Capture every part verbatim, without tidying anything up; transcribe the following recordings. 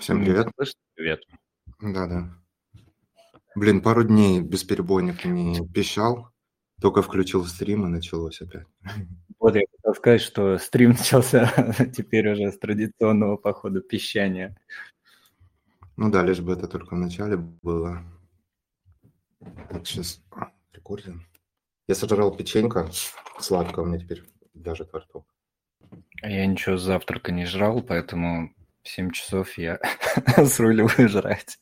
Всем Меня привет. слышно? Привет. Да-да. Блин, пару дней бесперебойник не пищал, только включил стрим и началось опять. Вот я хотел сказать, что стрим начался теперь уже с традиционного, походу, пищания. Ну да, лишь бы это только в начале было. Так, сейчас рекордим. Я сожрал печенька, сладкое у меня теперь вяжет во рту. Я ничего с завтрака не жрал, поэтому в семь часов я срулю жрать.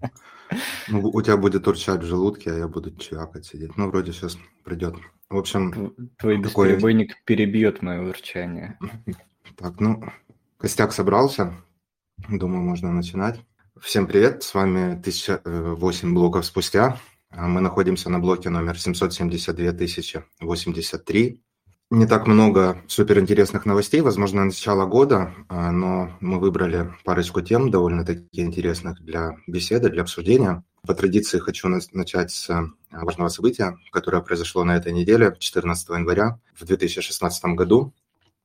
Ну, у тебя будет урчать в желудке, а я буду чвякать сидеть. Ну, вроде сейчас придет. В общем, Твой такой... бесперебойник перебьет мое урчание. Так, ну, костяк собрался. Думаю, можно начинать. Всем привет, с вами тысяча восемь блоков спустя. Мы находимся на блоке номер семьсот семьдесят две тысячи восемьдесят три. Не так много суперинтересных новостей, возможно, на начало года, но мы выбрали парочку тем довольно-таки интересных для беседы, для обсуждения. По традиции хочу начать с важного события, которое произошло на этой неделе, четырнадцатого января в две тысячи шестнадцатом году.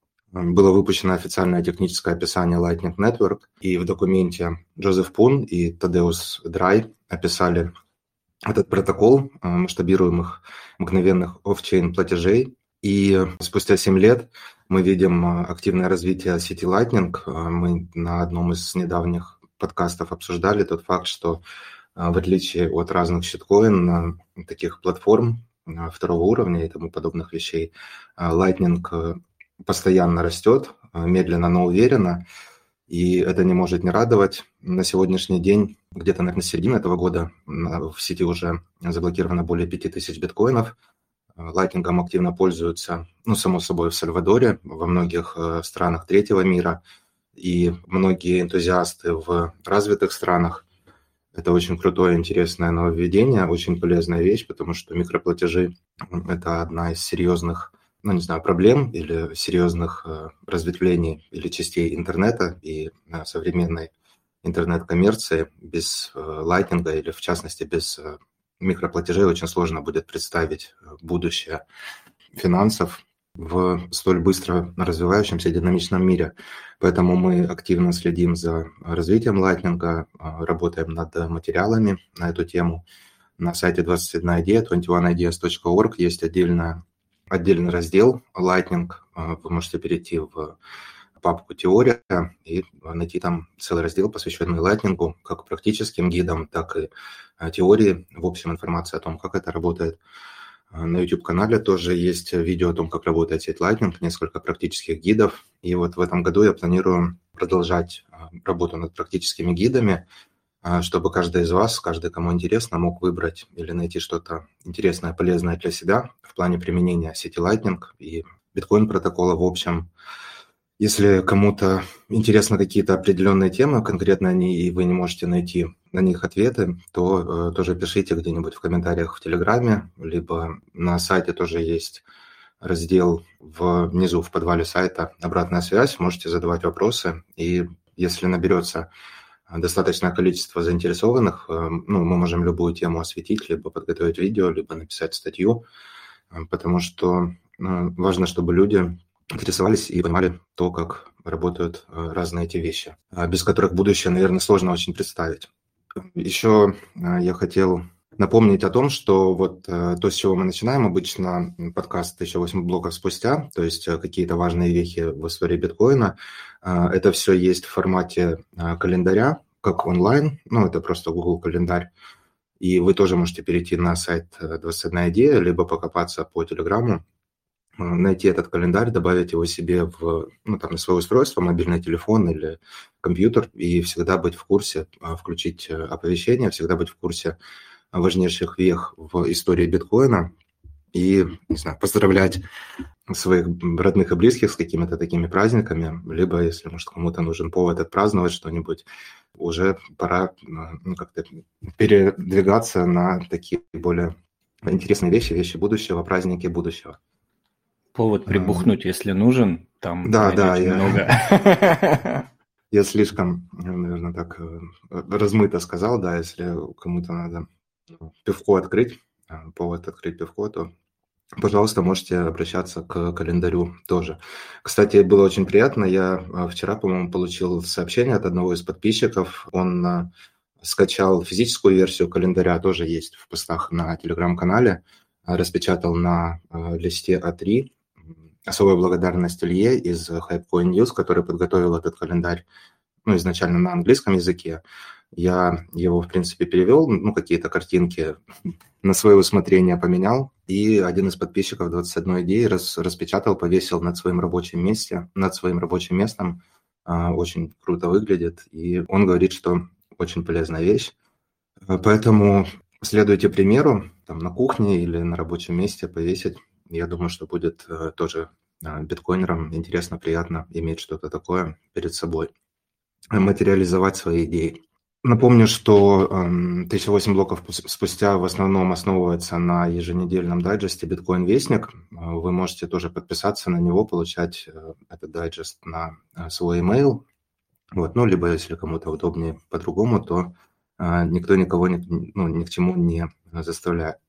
Было выпущено официальное техническое описание Lightning Network, и в документе Джозеф Пун и Тадеус Драй описали этот протокол масштабируемых мгновенных оффчейн платежей. И спустя семь лет мы видим активное развитие сети Lightning. Мы на одном из недавних подкастов обсуждали тот факт, что в отличие от разных щиткоин, таких платформ второго уровня и тому подобных вещей, Lightning постоянно растет, медленно, но уверенно, и это не может не радовать. На сегодняшний день, где-то, наверное, с середины этого года в сети уже заблокировано более пяти тысяч биткоинов. Лайтнингом активно пользуются, ну, само собой, в Сальвадоре, во многих странах третьего мира, и многие энтузиасты в развитых странах. Это очень крутое, интересное нововведение, очень полезная вещь, потому что микроплатежи – это одна из серьезных, ну, не знаю, проблем или серьезных разветвлений или частей интернета и современной интернет-коммерции. Без лайтнинга или, в частности, без микроплатежей очень сложно будет представить будущее финансов в столь быстро развивающемся динамичном мире. Поэтому мы активно следим за развитием лайтнинга, работаем над материалами на эту тему. На сайте двадцать одна идея, двадцать один ideas точка org есть отдельная, отдельный раздел Lightning. Вы можете перейти в папку «Теория» и найти там целый раздел, посвященный Lightning, как практическим гидам, так и теории, в общем, информация о том, как это работает. На YouTube-канале тоже есть видео о том, как работает сеть Lightning, несколько практических гидов. И вот в этом году я планирую продолжать работу над практическими гидами, чтобы каждый из вас, каждый, кому интересно, мог выбрать или найти что-то интересное, полезное для себя в плане применения сети Lightning и биткоин-протокола в общем. Если кому-то интересны какие-то определенные темы, конкретно они, и вы не можете найти на них ответы, то э, тоже пишите где-нибудь в комментариях в Телеграме, либо на сайте тоже есть раздел внизу в подвале сайта «Обратная связь». Можете задавать вопросы, и если наберется достаточное количество заинтересованных, э, ну, мы можем любую тему осветить, либо подготовить видео, либо написать статью, э, потому что э, важно, чтобы люди интересовались и понимали то, как работают разные эти вещи, без которых будущее, наверное, сложно очень представить. Еще я хотел напомнить о том, что вот то, с чего мы начинаем обычно подкаст тысяча восемь блоков спустя, то есть какие-то важные вехи в истории биткоина, это все есть в формате календаря, как онлайн, ну, это просто Google календарь, и вы тоже можете перейти на сайт двадцать одна идея, либо покопаться по Телеграму, найти этот календарь, добавить его себе в, ну, там, на свое устройство, мобильный телефон или компьютер, и всегда быть в курсе, включить оповещения, всегда быть в курсе важнейших вех в истории биткоина и, не знаю, поздравлять своих родных и близких с какими-то такими праздниками, либо, если, может, кому-то нужен повод отпраздновать что-нибудь, уже пора, ну, как-то передвигаться на такие более интересные вещи, вещи будущего, праздники будущего. Повод прибухнуть, um, если нужен, там да, найдете да, я, много. Я слишком, наверное, так размыто сказал, да, если кому-то надо пивко открыть, повод открыть пивко, то пожалуйста, можете обращаться к календарю тоже. Кстати, было очень приятно. Я вчера, по-моему, получил сообщение от одного из подписчиков. Он скачал физическую версию календаря, тоже есть в постах на телеграм-канале, распечатал на листе а три. Особая благодарность Илье из Hypecoin News, который подготовил этот календарь, ну, изначально на английском языке. Я его, в принципе, перевел, ну, какие-то картинки на свое усмотрение поменял, и один из подписчиков двадцать одной идеи рас, распечатал, повесил над своим рабочим месте, над своим рабочим местом. А, очень круто выглядит, и он говорит, что очень полезная вещь. Поэтому следуйте примеру, там на кухне или на рабочем месте повесить. Я думаю, что будет тоже биткоинерам интересно, приятно иметь что-то такое перед собой, материализовать свои идеи. Напомню, что тысяча восемь блоков спустя в основном основывается на еженедельном дайджесте «Биткоин Вестник». Вы можете тоже подписаться на него, получать этот дайджест на свой email. Вот. Ну, либо, если кому-то удобнее по-другому, то никто никого ни, ну, ни к чему не заставляет.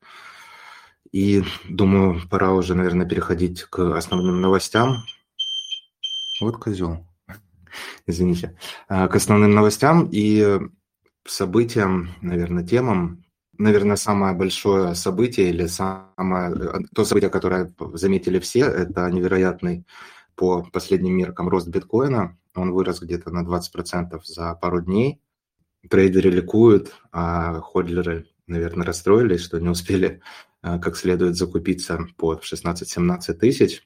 И думаю, пора уже, наверное, переходить к основным новостям. Вот козел. Извините. К основным новостям и событиям, наверное, темам. Наверное, самое большое событие или самое, то событие, которое заметили все, это невероятный по последним меркам рост биткоина. Он вырос где-то на двадцать процентов за пару дней. Трейдеры ликуют, а ходлеры, наверное, расстроились, что не успели как следует закупиться по шестнадцать-семнадцать тысяч.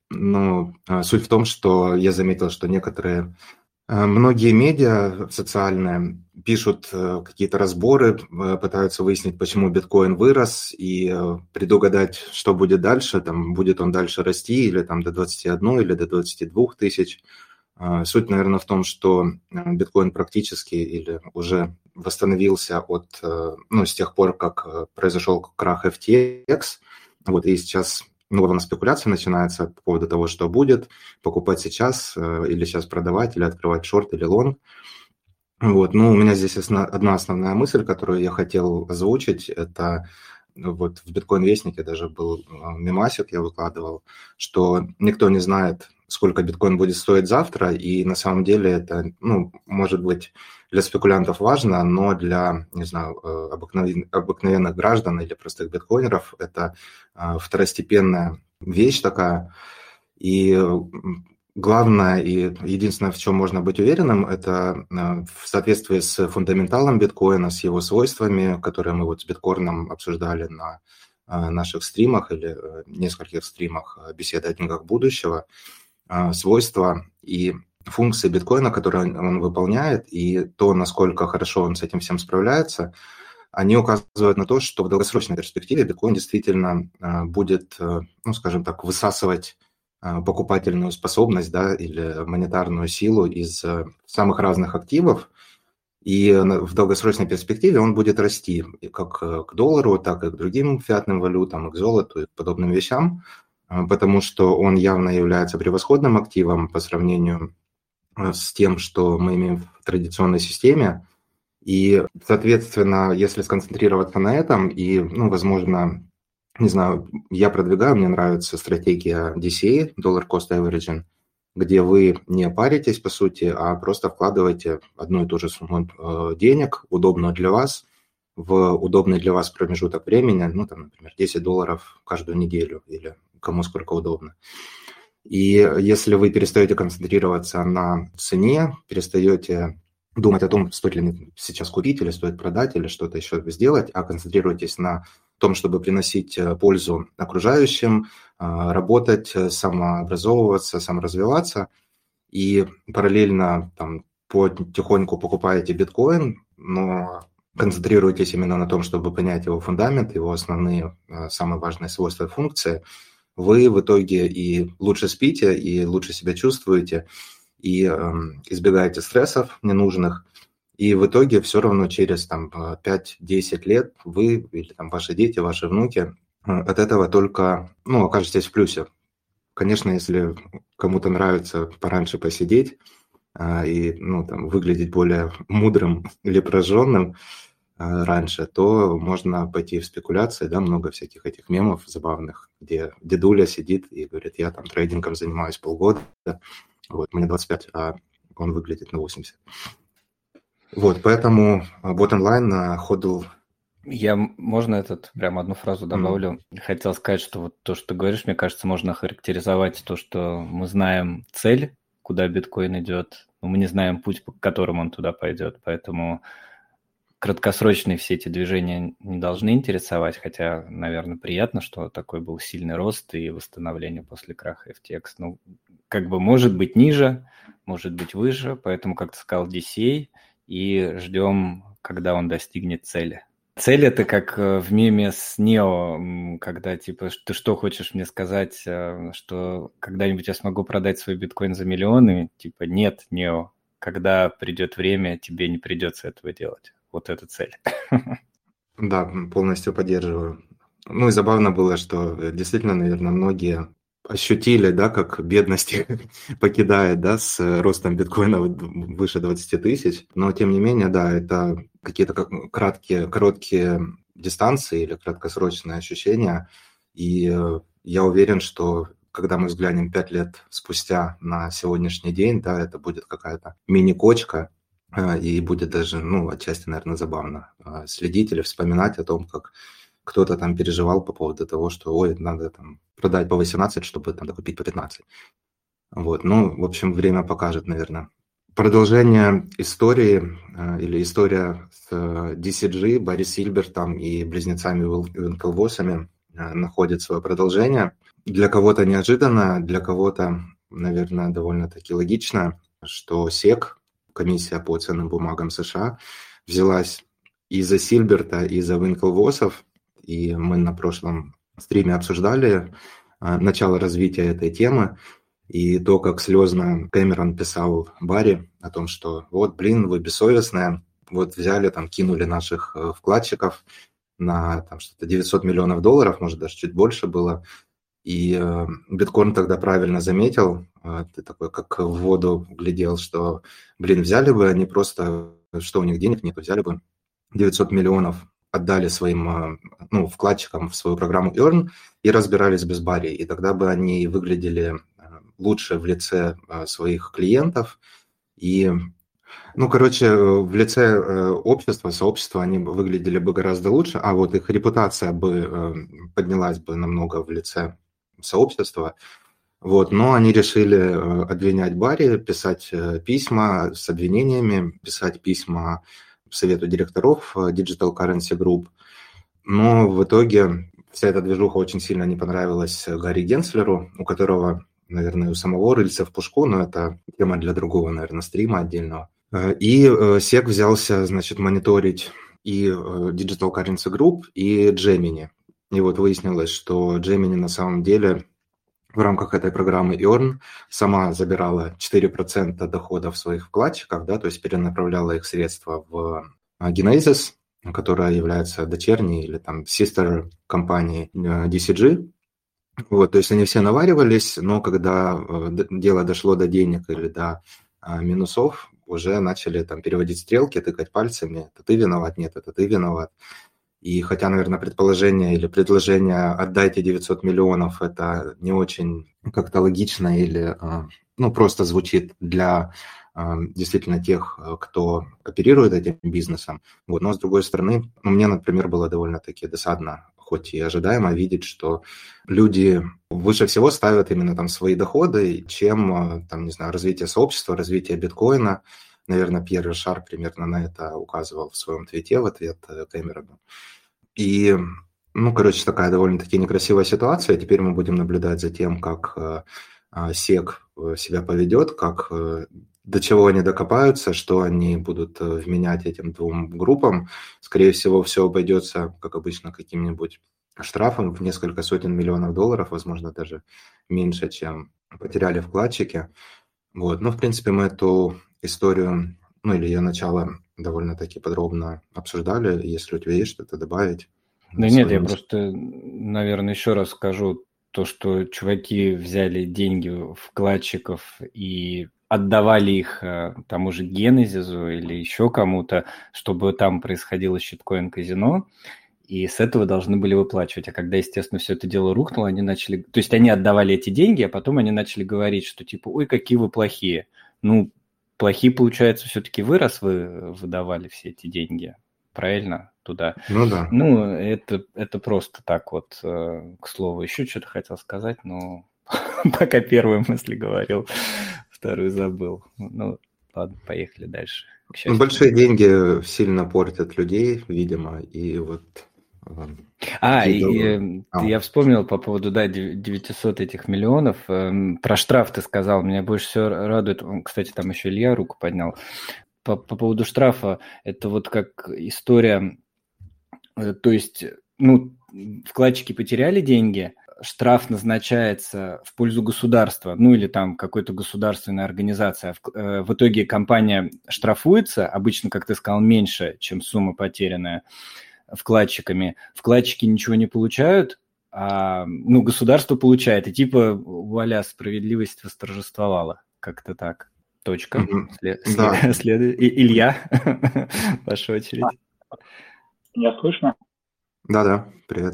Но суть в том, что я заметил, что некоторые, многие медиа социальные пишут какие-то разборы, пытаются выяснить, почему биткоин вырос, и предугадать, что будет дальше, там, будет он дальше расти или там, до двадцати одной или до двадцати двух тысяч. Суть, наверное, в том, что биткоин практически или уже восстановился от, ну, с тех пор, как произошел крах эф ти экс. Вот, и сейчас новая спекуляция начинается по поводу того, что будет, покупать сейчас или сейчас продавать, или открывать шорт или лонг. Вот, ну, у меня здесь одна основная мысль, которую я хотел озвучить, это вот в биткоин-вестнике даже был мемасик, я выкладывал, что никто не знает, сколько биткоин будет стоить завтра, и на самом деле это, ну, может быть, для спекулянтов важно, но для, не знаю, обыкновенных, обыкновенных граждан или простых биткоинеров это второстепенная вещь такая. И главное и единственное, в чем можно быть уверенным, это в соответствии с фундаменталом биткоина, с его свойствами, которые мы вот с Биткорном обсуждали на наших стримах или нескольких стримах «Беседы о деньгах будущего», свойства и функции биткоина, которые он выполняет, и то, насколько хорошо он с этим всем справляется, они указывают на то, что в долгосрочной перспективе биткоин действительно будет, ну, скажем так, высасывать покупательную способность, да, или монетарную силу из самых разных активов, и в долгосрочной перспективе он будет расти как к доллару, так и к другим фиатным валютам, и к золоту, и к подобным вещам, потому что он явно является превосходным активом по сравнению с тем, что мы имеем в традиционной системе. И, соответственно, если сконцентрироваться на этом, и, ну, возможно, не знаю, я продвигаю, мне нравится стратегия ди си эй, Dollar Cost Averaging, где вы не паритесь, по сути, а просто вкладываете одну и ту же сумму денег, удобную для вас, в удобный для вас промежуток времени, ну, там, например, десять долларов каждую неделю или кому сколько удобно. И если вы перестаете концентрироваться на цене, перестаете думать о том, стоит ли сейчас купить или стоит продать или что-то еще сделать, а концентрируетесь на том, чтобы приносить пользу окружающим, работать, самообразовываться, саморазвиваться, и параллельно там потихоньку покупаете биткоин, но концентрируетесь именно на том, чтобы понять его фундамент, его основные, самые важные свойства и функции, вы в итоге и лучше спите, и лучше себя чувствуете, и э, избегаете стрессов ненужных, и в итоге все равно через там, пять-десять лет вы или там, ваши дети, ваши внуки от этого только, ну, окажетесь в плюсе. Конечно, если кому-то нравится пораньше посидеть э, и, ну, там, выглядеть более мудрым или прожженным, раньше, то можно пойти в спекуляции, да, много всяких этих мемов забавных, где дедуля сидит и говорит, я там трейдингом занимаюсь полгода, вот, мне двадцать пять, а он выглядит на восемьдесят. Вот, поэтому bot-онлайн ходл... Я, можно этот, прям одну фразу добавлю? Mm. Хотел сказать, что вот то, что ты говоришь, мне кажется, можно характеризовать то, что мы знаем цель, куда биткоин идет, но мы не знаем путь, по которому он туда пойдет, поэтому краткосрочные все эти движения не должны интересовать, хотя, наверное, приятно, что такой был сильный рост и восстановление после краха эф ти экс. Ну, как бы может быть ниже, может быть выше, поэтому, как ты сказал, ди си эй, и ждем, когда он достигнет цели. Цель – это как в меме с Нео, когда типа ты что хочешь мне сказать, что когда-нибудь я смогу продать свой биткоин за миллионы? Типа нет, Нео, когда придет время, тебе не придется этого делать. Вот эта цель. Да, полностью поддерживаю. Ну и забавно было, что действительно, наверное, многие ощутили, да, как бедность покидает, да, с ростом биткоина выше двадцати тысяч. Но, тем не менее, да, это какие-то краткие, короткие дистанции или краткосрочные ощущения. И я уверен, что когда мы взглянем пять лет спустя на сегодняшний день, да, это будет какая-то мини-кочка, и будет даже, ну, отчасти, наверное, забавно следить или вспоминать о том, как кто-то там переживал по поводу того, что, ой, надо там продать по восемнадцать, чтобы там докупить по пятнадцать. Вот, ну, в общем, время покажет, наверное. Продолжение истории или история с ди си джи, Барри Сильбертом и близнецами Уинклвоссами находит свое продолжение. Для кого-то неожиданно, для кого-то, наверное, довольно-таки логично, что сек, комиссия по ценным бумагам США, взялась и за Сильберта, и за Уинклвоссов, и мы на прошлом стриме обсуждали начало развития этой темы, и то, как слезно Кэмерон писал Барри о том, что вот, блин, вы бессовестные, вот взяли, там, кинули наших вкладчиков на там, что-то девятьсот миллионов долларов, может, даже чуть больше было, и э, биткоин тогда правильно заметил, э, ты такой как в воду глядел, что, блин, взяли бы они просто, что у них денег нет, взяли бы девятьсот миллионов, отдали своим, ну, вкладчикам в свою программу Earn и разбирались без Барри, и тогда бы они выглядели лучше в лице своих клиентов и, ну, короче, в лице общества, сообщества они бы выглядели бы гораздо лучше, а вот их репутация бы поднялась бы намного в лице сообщества. Вот, но они решили обвинять Барри, писать письма с обвинениями, писать письма совету директоров Digital Currency Group. Но в итоге вся эта движуха очень сильно не понравилась Гарри Генслеру, у которого, наверное, у самого рыльца в пушку, но это тема для другого, наверное, стрима отдельного. И сек взялся, значит, мониторить и Digital Currency Group, и Gemini. И вот выяснилось, что Gemini на самом деле в рамках этой программы Earn сама забирала четыре процента доходов своих вкладчиков, да, то есть перенаправляла их средства в Genesis, которая является дочерней или там sister компанией ди си джи. Вот, то есть они все наваривались, но когда дело дошло до денег или до минусов, уже начали там переводить стрелки, тыкать пальцами, это ты виноват, нет, это ты виноват. И хотя, наверное, предположение или предложение «отдайте девятьсот миллионов» это не очень как-то логично или, ну, просто звучит для действительно тех, кто оперирует этим бизнесом. Вот. Но, с другой стороны, ну, мне, например, было довольно-таки досадно, хоть и ожидаемо, видеть, что люди выше всего ставят именно там свои доходы, чем, там, не знаю, развитие сообщества, развитие биткоина. Наверное, Пьер Ришар примерно на это указывал в своем твите в ответ Кэмерону. И, ну, короче, такая довольно-таки некрасивая ситуация. Теперь мы будем наблюдать за тем, как сек себя поведет, как, до чего они докопаются, что они будут вменять этим двум группам. Скорее всего, все обойдется, как обычно, каким-нибудь штрафом в несколько сотен миллионов долларов, возможно, даже меньше, чем потеряли вкладчики. Вот. Ну, в принципе, мы эту историю, ну, или ее начало довольно-таки подробно обсуждали. Если у тебя есть что-то добавить? Да нет, я просто, наверное, еще раз скажу то, что чуваки взяли деньги вкладчиков и отдавали их тому же Генезису или еще кому-то, чтобы там происходило щиткоин-казино, и с этого должны были выплачивать. А когда, естественно, все это дело рухнуло, они начали... То есть они отдавали эти деньги, а потом они начали говорить, что типа, ой, какие вы плохие. Ну, плохие, получается, все-таки вы, раз вы выдавали все эти деньги, правильно, туда. Ну да. Ну, это, это просто так вот, к слову. Еще что-то хотел сказать, но пока первую мысль говорил, вторую забыл. Ну, ладно, поехали дальше. Ну, большие деньги сильно портят людей, видимо, и вот... А, и, а, я вспомнил по поводу, да, девятисот этих миллионов. Про штраф ты сказал, меня больше всего радует. Кстати, там еще Илья руку поднял. По, по поводу штрафа, это вот как история, то есть, ну, вкладчики потеряли деньги, штраф назначается в пользу государства, ну или там какой-то государственной организации. В, в итоге компания штрафуется, обычно, как ты сказал, меньше, чем сумма потерянная вкладчиками. Вкладчики ничего не получают, а ну, государство получает. И типа, вуаля, справедливость восторжествовала. Как-то так. Точка. Mm-hmm. След... Да. След... Илья, ваша очередь. Меня слышно? Да-да, привет.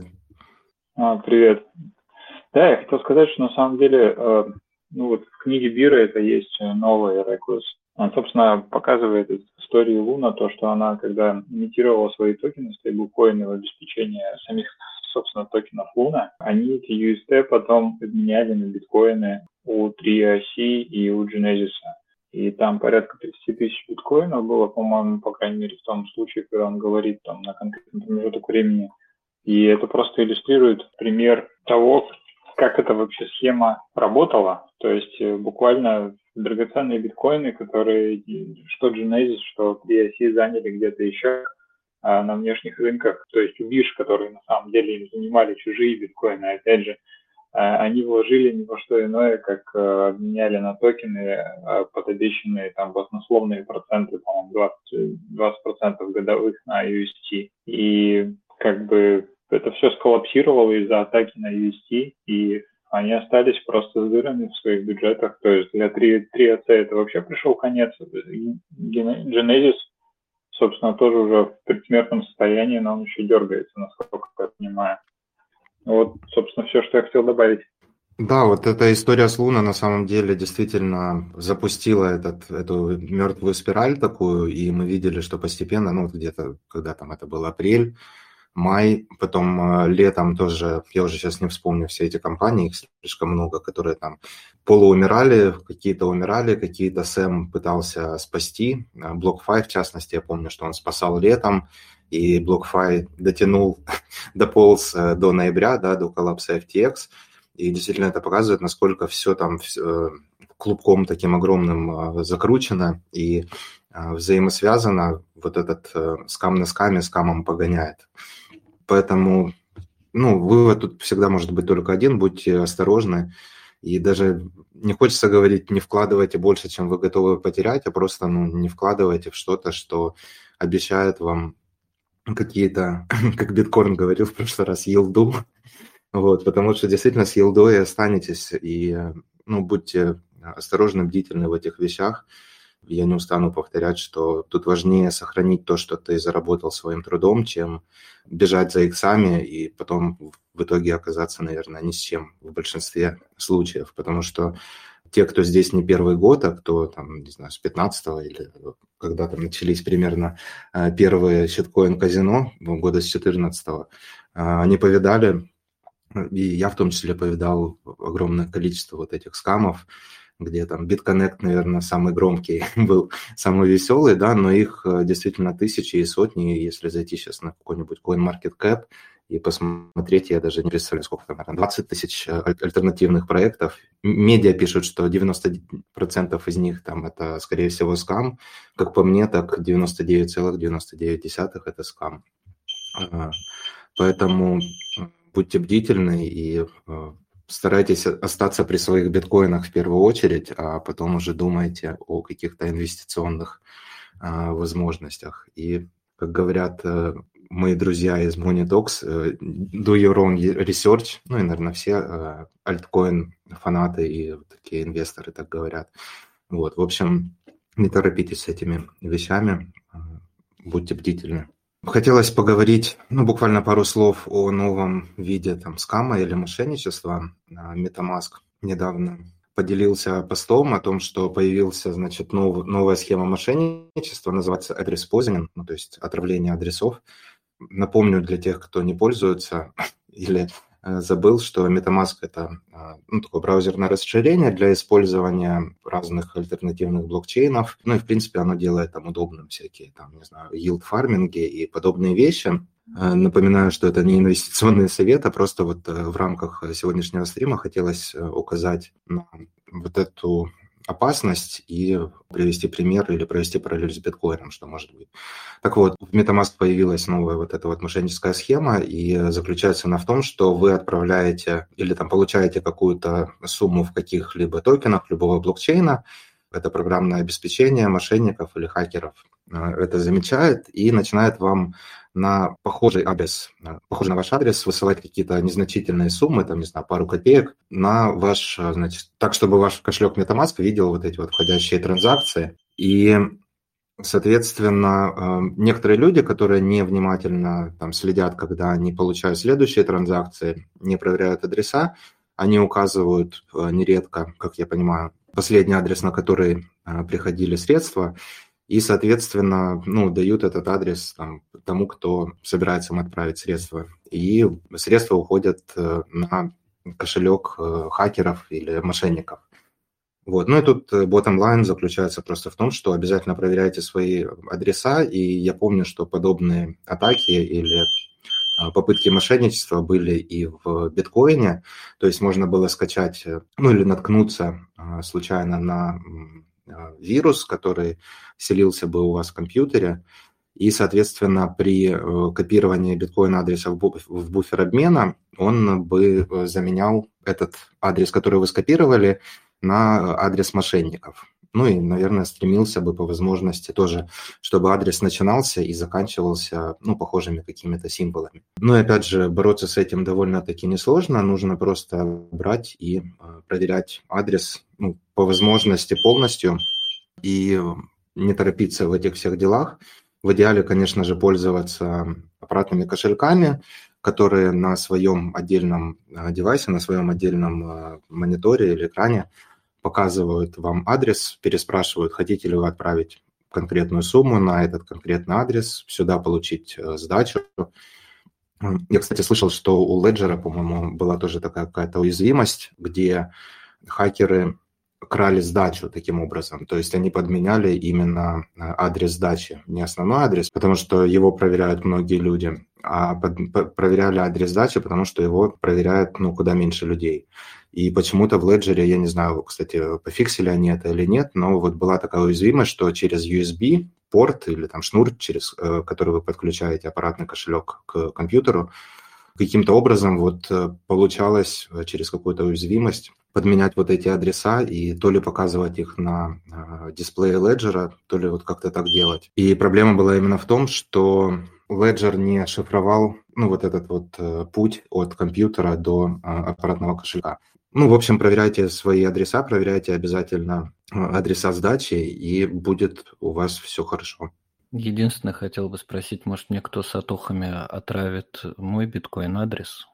А, привет. Да, я хотел сказать, что на самом деле, э, ну вот в книге Бира это есть новый Reckless. Он, собственно, показывает историю Луна, то, что она, когда имитировала свои токены, стейблкоины в обеспечение самих, собственно, токенов Луна, они эти ю эс ти потом обменяли на биткоины у три и си и у Genesis. И там порядка тридцать тысяч биткоинов было, по-моему, по крайней мере, в том случае, когда он говорит там на конкретный промежуток времени. И это просто иллюстрирует пример того, как эта вообще схема работала. То есть буквально драгоценные биткоины, которые что Genesis, что три и си заняли где-то еще а, на внешних рынках. То есть у бирж, которые на самом деле им занимали чужие биткоины, опять же, а, они вложили ни во что иное, как а, обменяли на токены а, под обещанные там баснословные проценты, по-моему, двадцать, двадцать процентов годовых на ю эс ти. И как бы это все сколлапсировало из-за атаки на ю эс ти, и они остались просто с дырами в своих бюджетах. То есть для три и си это вообще пришел конец. Genesis, собственно, тоже уже в предсмертном состоянии, но он еще дергается, насколько я понимаю. Вот, собственно, все, что я хотел добавить. Да, вот эта история с Луна на самом деле действительно запустила этот, эту мертвую спираль такую, и мы видели, что постепенно, ну, где-то, когда там это был апрель, май, потом э, летом тоже, я уже сейчас не вспомню все эти компании, их слишком много, которые там полуумирали, какие-то умирали, какие-то Сэм пытался спасти. BlockFi, в частности, я помню, что он спасал летом, и BlockFi дотянул, дополз до ноября, да, до коллапса эф ти экс, и действительно это показывает, насколько все там все, клубком таким огромным закручено и взаимосвязано. Вот этот скам на скаме скамом погоняет. Поэтому, ну, вывод тут всегда может быть только один: будьте осторожны. И даже не хочется говорить, не вкладывайте больше, чем вы готовы потерять, а просто, ну, не вкладывайте в что-то, что обещает вам какие-то, как биткоин говорил в прошлый раз, йилду. Вот, потому что действительно с йилдой останетесь. И, ну, будьте осторожны, бдительны в этих вещах. Я не устану повторять, что тут важнее сохранить то, что ты заработал своим трудом, чем бежать за иксами и потом в итоге оказаться, наверное, ни с чем в большинстве случаев. Потому что те, кто здесь не первый год, а кто там, не знаю, с пятнадцатого или когда там начались примерно первые щиткоин-казино, года с четырнадцатого, они повидали, и я в том числе повидал огромное количество вот этих скамов, где там BitConnect, наверное, самый громкий был, самый веселый, да, но их действительно тысячи и сотни. Если зайти сейчас на какой-нибудь CoinMarketCap и посмотреть, я даже не представляю, сколько там, наверное, двадцать тысяч альтернативных проектов. Медиа пишут, что девяносто процентов из них там это, скорее всего, скам. Как по мне, так девяносто девять целых девяносто девять десятых это скам. Поэтому будьте бдительны и старайтесь остаться при своих биткоинах в первую очередь, а потом уже думайте о каких-то инвестиционных а, возможностях. И, как говорят а, мои друзья из Money Talks, do your own research, ну и, наверное, все а, альткоин-фанаты и такие инвесторы так говорят. Вот, в общем, не торопитесь с этими вещами, будьте бдительны. Хотелось поговорить, ну, буквально пару слов о новом виде там скама или мошенничества. MetaMask недавно поделился постом о том, что появился, значит, нов, новая схема мошенничества, называется address poisoning, ну, то есть отравление адресов. Напомню для тех, кто не пользуется или забыл, что MetaMask – это ну, такое браузерное расширение для использования разных альтернативных блокчейнов. Ну и, в принципе, оно делает там удобным всякие, там, не знаю, yield-фарминги и подобные вещи. Напоминаю, что это не инвестиционный совет, а просто вот в рамках сегодняшнего стрима хотелось указать на вот эту опасность и привести пример или провести параллель с биткоином, что может быть. Так вот, в MetaMask появилась новая вот эта вот мошенническая схема, и заключается она в том, что вы отправляете или там получаете какую-то сумму в каких-либо токенах любого блокчейна, это программное обеспечение мошенников или хакеров это замечает и начинает вам на похожий адрес, похожий на ваш адрес, высылать какие-то незначительные суммы, там, не знаю, пару копеек на ваш, значит, так, чтобы ваш кошелек MetaMask видел вот эти вот входящие транзакции. И, соответственно, некоторые люди, которые невнимательно там следят, когда они получают следующие транзакции, не проверяют адреса, они указывают нередко, как я понимаю, последний адрес, на который приходили средства, и, соответственно, ну, дают этот адрес там, тому, кто собирается им отправить средства. И средства уходят на кошелек хакеров или мошенников. Вот. Ну и тут bottom line заключается просто в том, что обязательно проверяйте свои адреса. И я помню, что подобные атаки или попытки мошенничества были и в биткоине. То есть можно было скачать, ну или наткнуться случайно на вирус, который селился бы у вас в компьютере, и, соответственно, при копировании биткоин-адреса в буфер обмена он бы заменял этот адрес, который вы скопировали, на адрес мошенников. Ну и, наверное, стремился бы по возможности тоже, чтобы адрес начинался и заканчивался, ну, похожими какими-то символами. Ну и, опять же, бороться с этим довольно-таки несложно. Нужно просто брать и проверять адрес, ну, по возможности полностью и не торопиться в этих всех делах. В идеале, конечно же, пользоваться аппаратными кошельками, которые на своем отдельном девайсе, на своем отдельном мониторе или экране показывают вам адрес, переспрашивают, хотите ли вы отправить конкретную сумму на этот конкретный адрес, сюда получить сдачу. Я, кстати, слышал, что у Ledger, по-моему, была тоже такая какая-то уязвимость, где хакеры крали сдачу таким образом. То есть они подменяли именно адрес сдачи, не основной адрес, потому что его проверяют многие люди, а под, по, проверяли адрес сдачи, потому что его проверяют, ну, куда меньше людей. И почему-то в Ledger, я не знаю, кстати, пофиксили они это или нет, но вот была такая уязвимость, что через ю эс би порт или там шнур, через который вы подключаете аппаратный кошелек к компьютеру, каким-то образом вот получалось через какую-то уязвимость подменять вот эти адреса и то ли показывать их на дисплее Ledger, то ли вот как-то так делать. И проблема была именно в том, что Ledger не шифровал, ну, вот этот вот путь от компьютера до аппаратного кошелька. Ну, в общем, проверяйте свои адреса, проверяйте обязательно адреса сдачи, и будет у вас все хорошо. Единственное, хотел бы спросить, может, мне кто с атохами отравит мой биткоин-адрес?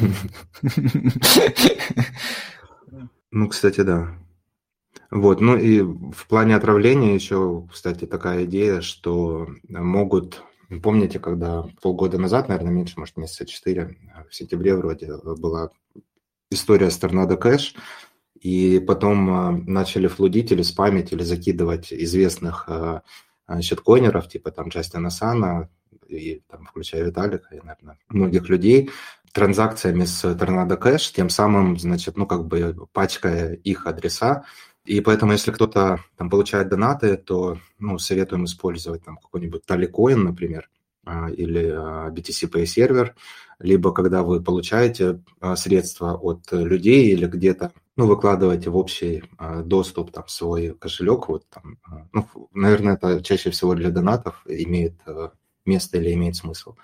Ну, кстати, да. Вот, ну и в плане отравления еще, кстати, такая идея, что могут... Помните, когда полгода назад, наверное, меньше, может, месяца четыре, в сентябре вроде была история с Tornado Cash, и потом начали флудить или спамить, или закидывать известных щиткоинеров, типа там Джастина Сана, и там, включая Виталика, и, наверное, многих людей, транзакциями с Tornado Cash, тем самым, значит, ну, как бы пачкая их адреса. И поэтому, если кто-то там получает донаты, то, ну, советуем использовать там какой-нибудь Tallycoin, например, или би ти си Pay сервер, либо когда вы получаете средства от людей или где-то, ну, выкладываете в общий доступ там свой кошелек, вот там, ну, наверное, это чаще всего для донатов имеет место или имеет смысл.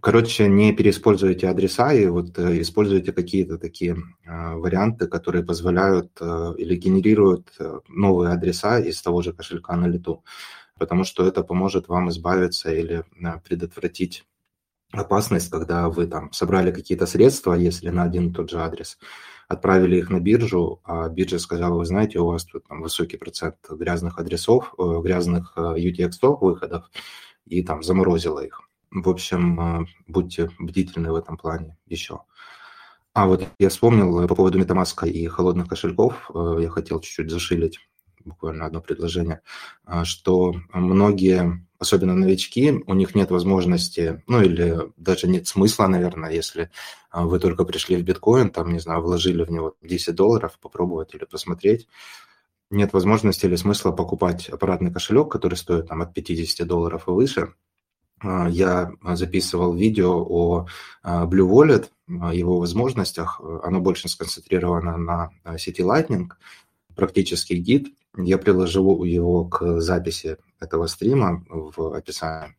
Короче, не переиспользуйте адреса и вот э, используйте какие-то такие э, варианты, которые позволяют э, или генерируют э, новые адреса из того же кошелька на лету, потому что это поможет вам избавиться или э, предотвратить опасность, когда вы там собрали какие-то средства, если на один и тот же адрес, отправили их на биржу, а биржа сказала, вы знаете, у вас тут там высокий процент грязных адресов, э, грязных э, ю ти экс выходов, и там заморозила их. В общем, э, будьте бдительны в этом плане еще. А вот я вспомнил э, по поводу MetaMask и холодных кошельков, э, я хотел чуть-чуть зашилить буквально одно предложение, а, что многие, особенно новички, у них нет возможности, ну или даже нет смысла, наверное, если а, вы только пришли в биткоин, там, не знаю, вложили в него десять долларов, попробовать или посмотреть, нет возможности или смысла покупать аппаратный кошелек, который стоит там от пятьдесят долларов и выше. А, Я записывал видео о а, Blue Wallet, о его возможностях. Оно больше сконцентрировано на а, сети Lightning, практический гид. Я приложу его к записи этого стрима в описании.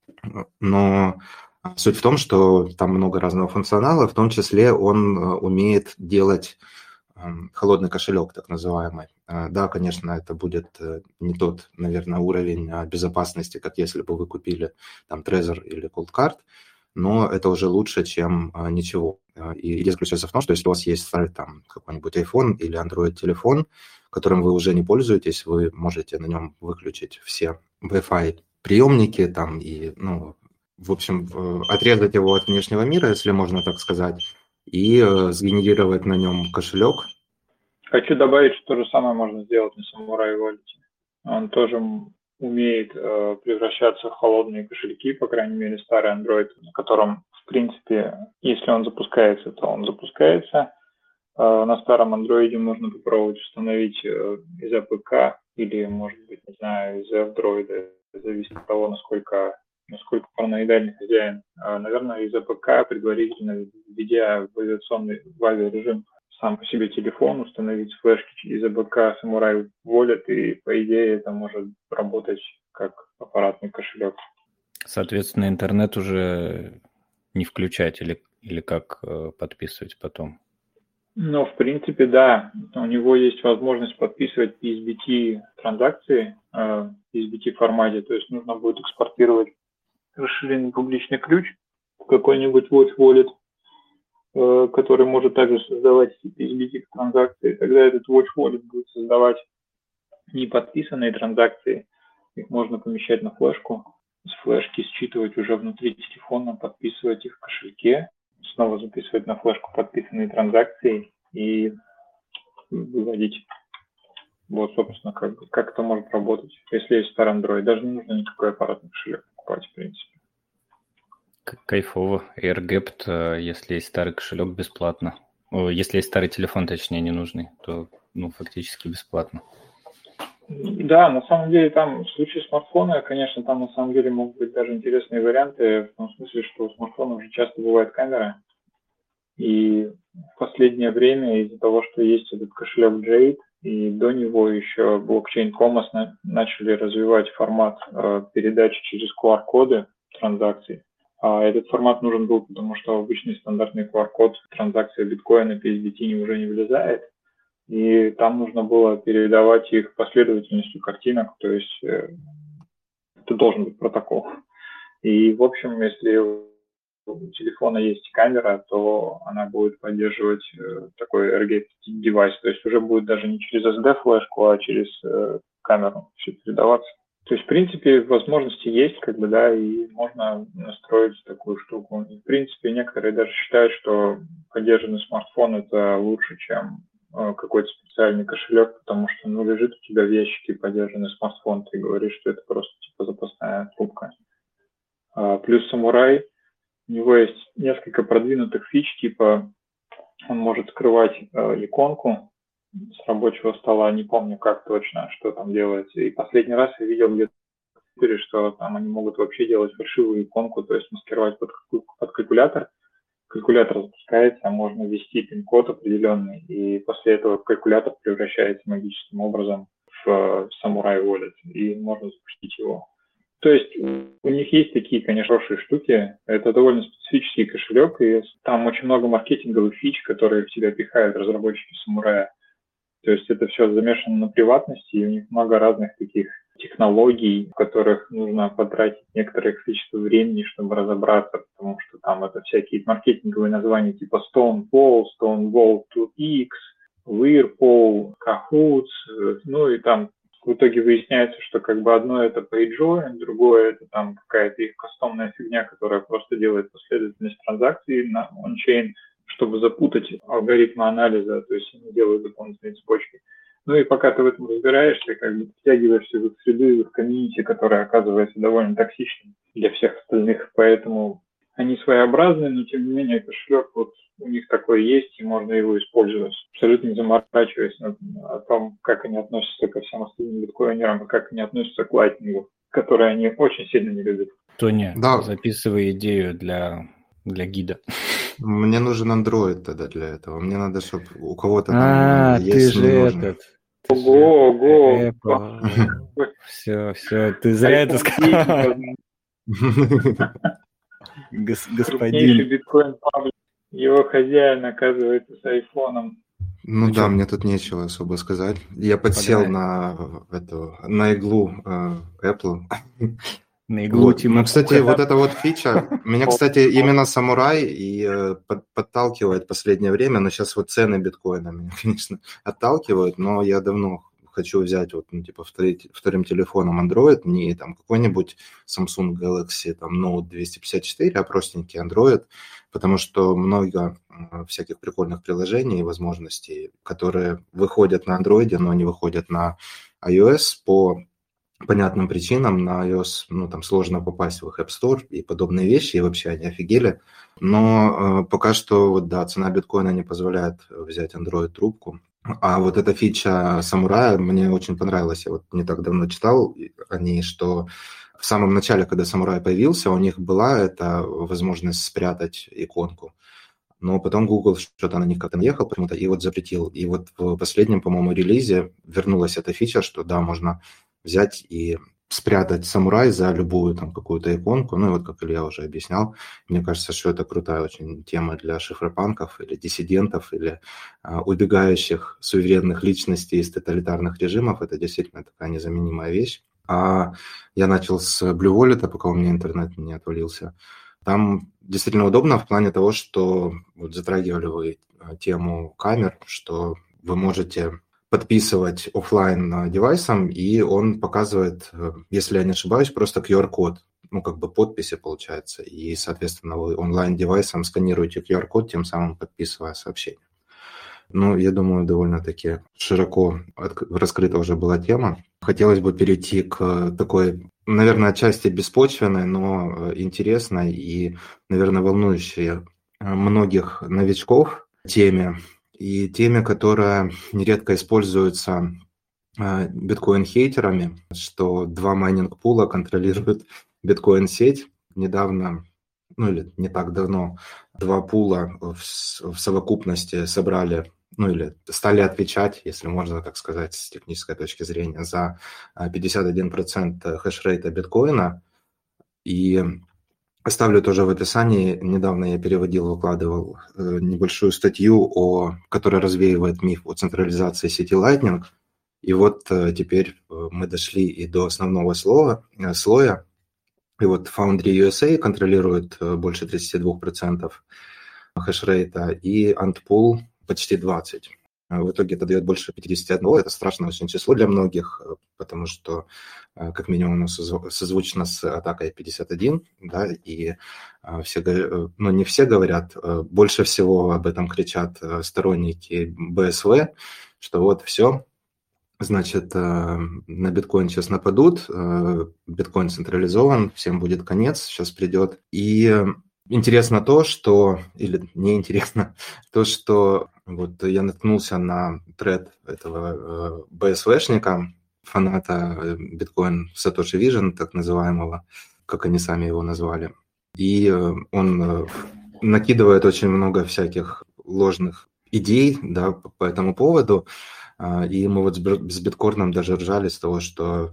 Но суть в том, что там много разного функционала, в том числе он умеет делать холодный кошелек, так называемый. Да, конечно, это будет не тот, наверное, уровень безопасности, как если бы вы купили там Trezor или Coldcard, но это уже лучше, чем ничего. И идея заключается в том, что если у вас есть старый там какой-нибудь iPhone или Android-телефон, которым вы уже не пользуетесь, вы можете на нем выключить все Wi-Fi приемники там и, ну, в общем, отрезать его от внешнего мира, если можно так сказать, и э, сгенерировать на нем кошелек. Хочу добавить, что то же самое можно сделать на Samurai Wallet. Он тоже умеет э, превращаться в холодные кошельки, по крайней мере, старый Android, на котором, в принципе, если он запускается, то он запускается. Э, на старом Android можно попробовать установить э, из эй пи кей или, может быть, не знаю, из F-Droid, зависит от того, насколько, насколько параноидальный хозяин. Э, наверное, из эй пи кей предварительно, введя в авиационный в авиарежим сам по себе телефон, установить флешки из эй пи кей Samurai Wallet, и, по идее, это может работать как аппаратный кошелек. Соответственно, интернет уже не включать или, или как э, подписывать потом? Ну, в принципе, да. У него есть возможность подписывать пи эс би ти транзакции э, в пи эс би ти формате, то есть нужно будет экспортировать расширенный публичный ключ в какой-нибудь Watch Wallet, который может также создавать пи эс би ти транзакции. Тогда этот Watch Wallet будет создавать неподписанные транзакции. Их можно помещать на флешку, с флешки считывать уже внутри телефона, подписывать их в кошельке, снова записывать на флешку подписанные транзакции и выводить. Вот, собственно, как, как это может работать, если есть старый Android. Даже не нужно никакой аппаратный кошелек покупать, в принципе. Кайфово. AirGapped, если есть старый кошелек, бесплатно. О, если есть старый телефон, точнее, ненужный, то ну, фактически бесплатно. Да, на самом деле там в случае смартфона, конечно, там на самом деле могут быть даже интересные варианты, в том смысле, что у смартфона уже часто бывает камера. И в последнее время из-за того, что есть этот кошелек Jade, и до него еще блокчейн Comos на, начали развивать формат э, передачи через ку ар-коды транзакций. А этот формат нужен был, потому что обычный стандартный ку ар-код транзакции биткоина пи эс би ти уже не влезает. И там нужно было передавать их последовательностью картинок, то есть э, это должен быть протокол. И, в общем, если у телефона есть камера, то она будет поддерживать э, такой AirGapped девайс, то есть уже будет даже не через эс ди-флешку, а через э, камеру все передаваться. То есть, в принципе, возможности есть, как бы, да, и можно настроить такую штуку. И, в принципе, некоторые даже считают, что поддержанный смартфон – это лучше, чем э, какой-то специальный кошелек, потому что, ну, лежит у тебя в ящике поддержанный смартфон, ты говоришь, что это просто, типа, запасная трубка. А, плюс Samurai, у него есть несколько продвинутых фич, типа, он может скрывать э, иконку с рабочего стола, не помню как точно, что там делается. И последний раз я видел где-то, что там они могут вообще делать фальшивую иконку, то есть маскировать под, под калькулятор. Калькулятор запускается, можно ввести пин-код определенный, и после этого калькулятор превращается магическим образом в Samurai Wallet, и можно запустить его. То есть у них есть такие, конечно, хорошие штуки. Это довольно специфический кошелек, и там очень много маркетинговых фич, которые в себя пихают разработчики Самурая. То есть это все замешано на приватности, и у них много разных таких технологий, в которых нужно потратить некоторое количество времени, чтобы разобраться, потому что там это всякие маркетинговые названия типа Stonewall, Stonewall два икс, Whirlpool, Cahoots, ну и там в итоге выясняется, что как бы одно это PageJoin, другое это там какая-то их кастомная фигня, которая просто делает последовательность транзакций на ончейн, чтобы запутать алгоритмы анализа, то есть они делают дополнительные цепочки. Ну и пока ты в этом разбираешься, как бы втягиваешься в их среды, в их комьюнити, которое оказывается довольно токсичным для всех остальных, поэтому они своеобразные, но тем не менее кошелек вот у них такой есть, и можно его использовать, абсолютно не заморачиваясь о том, как они относятся ко всем остальным биткоинерам, и как они относятся к лайтнингу, который они очень сильно не любят. Тоня, да. Записывай идею для, для гида. Мне нужен Android тогда для этого. Мне надо, чтобы у кого-то там а, есть, ты же этот. Ого, ого. Все, все, ты зря это сказал. Господин биткоин паблик, его хозяин оказывается с айфоном. Ну, ну да, что? Мне тут нечего особо сказать. Я подсел на эту на иглу э, Apple. На иглу вот. Ну, кстати, вот эта вот фича, меня, кстати, именно Самурай и э, под, подталкивает в последнее время, но сейчас вот цены биткоина меня, конечно, отталкивают, но я давно хочу взять вот, ну, типа, вторым, вторым телефоном Android, не там какой-нибудь Samsung Galaxy там, Note двести пятьдесят четыре, а простенький Android, потому что много всяких прикольных приложений и возможностей, которые выходят на Android, но не выходят на iOS по понятным причинам. На iOS, ну, там сложно попасть в их App Store и подобные вещи, и вообще они офигели. Но э, пока что, вот, да, цена биткоина не позволяет взять Android-трубку. А вот эта фича Самурая мне очень понравилась. Я вот не так давно читал о ней, что в самом начале, когда Самурай появился, у них была эта возможность спрятать иконку. Но потом Google что-то на них как-то наехал почему-то и вот запретил. И вот в последнем, по-моему, релизе вернулась эта фича, что да, можно взять и спрятать Самурай за любую там какую-то иконку. Ну и вот, как Илья уже объяснял, мне кажется, что это крутая очень тема для шифропанков или диссидентов, или а, убегающих суверенных личностей из тоталитарных режимов. Это действительно такая незаменимая вещь. А я начал с Blue Wallet, пока у меня интернет не отвалился. Там действительно удобно в плане того, что вот затрагивали вы тему камер, что вы можете подписывать офлайн девайсом, и он показывает, если я не ошибаюсь, просто ку ар-код, ну, как бы подписи получается, и, соответственно, вы онлайн-девайсом сканируете ку ар-код, тем самым подписывая сообщение. Ну, я думаю, довольно-таки широко раскрыта уже была тема. Хотелось бы перейти к такой, наверное, отчасти беспочвенной, но интересной и, наверное, волнующей многих новичков теме, и теме, которая нередко используется биткоин-хейтерами, что два майнинг-пула контролируют биткоин-сеть. Недавно, ну или не так давно, два пула в, в совокупности собрали, ну или стали отвечать, если можно так сказать, с технической точки зрения, за пятьдесят один процент хешрейта биткоина. И оставлю тоже в описании. Недавно я переводил, выкладывал небольшую статью, о, которая развеивает миф о централизации сети Lightning. И вот теперь мы дошли и до основного слоя. слоя. И вот Foundry ю эс эй контролирует больше тридцать два процента хешрейта, и Antpool почти двадцать процентов. В итоге это дает больше пятьдесят один. Это страшное очень число для многих, потому что как минимум оно созвучно с атакой пятьдесят один, да, и все, ну, не все говорят, больше всего об этом кричат сторонники би эс ви, что вот все, значит, на биткоин сейчас нападут, биткоин централизован, всем будет конец, сейчас придет. И интересно то, что, или неинтересно, то, что вот я наткнулся на тред этого би эс ви-шника, фаната биткоин Satoshi Vision, так называемого, как они сами его назвали. И он накидывает очень много всяких ложных идей, да, по этому поводу. И мы вот с биткоином даже ржали с того, что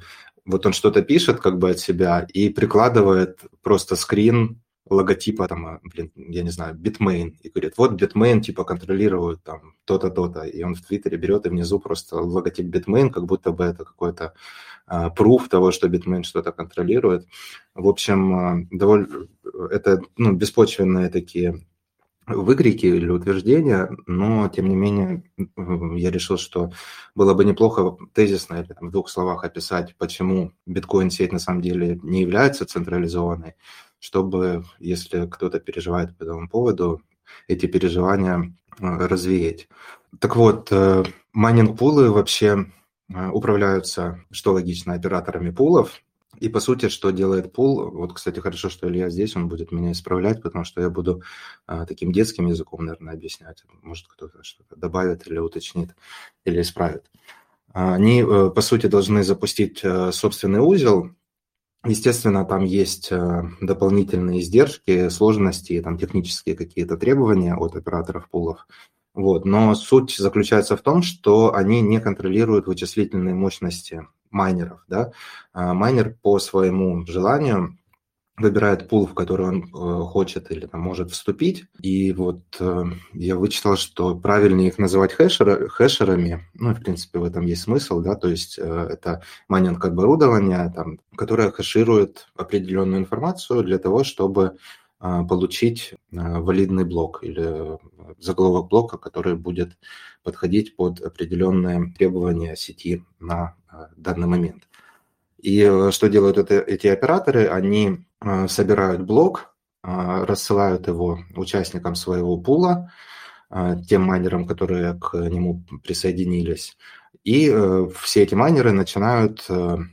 вот он что-то пишет как бы от себя и прикладывает просто скрин логотипа, там, блин, я не знаю, Bitmain, и говорит, вот Bitmain, типа, контролирует там то-то, то-то, и он в Твиттере берет и внизу просто логотип Bitmain, как будто бы это какой-то uh, пруф того, что Bitmain что-то контролирует. В общем, uh, довольно, это, ну, беспочвенные такие выкрики или утверждения, но, тем не менее, я решил, что было бы неплохо тезисно или там, в двух словах описать, почему биткоин-сеть на самом деле не является централизованной, чтобы, если кто-то переживает по этому поводу, эти переживания развеять. Так вот, майнинг-пулы вообще управляются, что логично, операторами пулов. И, по сути, что делает пул, вот, кстати, хорошо, что Илья здесь, он будет меня исправлять, потому что я буду а, таким детским языком, наверное, объяснять. Может, кто-то что-то добавит или уточнит, или исправит. Они, по сути, должны запустить собственный узел. Естественно, там есть дополнительные издержки, сложности, там технические какие-то требования от операторов пулов. Вот. Но суть заключается в том, что они не контролируют вычислительные мощности майнеров. Да? Майнер по своему желанию выбирает пул, в который он хочет или там, может вступить. И вот я вычитал, что правильнее их называть хэшер, хэшерами. Ну, в принципе, в этом есть смысл. Да? То есть это майнинг-оборудование, там, которое хэширует определенную информацию для того, чтобы получить валидный блок или заголовок блока, который будет подходить под определенные требования сети на данный момент. И что делают это, эти операторы? Они собирают блок, рассылают его участникам своего пула, тем майнерам, которые к нему присоединились. И все эти майнеры начинают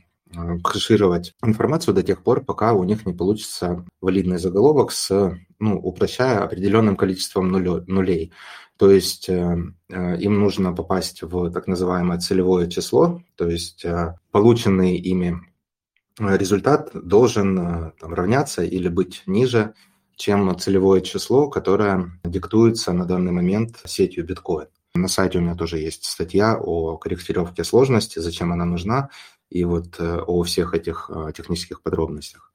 хэшировать информацию до тех пор, пока у них не получится валидный заголовок с, ну, упрощая, определенным количеством нулей. То есть э, им нужно попасть в так называемое целевое число, то есть э, полученный ими результат должен э, там, равняться или быть ниже, чем целевое число, которое диктуется на данный момент сетью биткоин. На сайте у меня тоже есть статья о корректировке сложности, зачем она нужна, и вот э, о всех этих э, технических подробностях.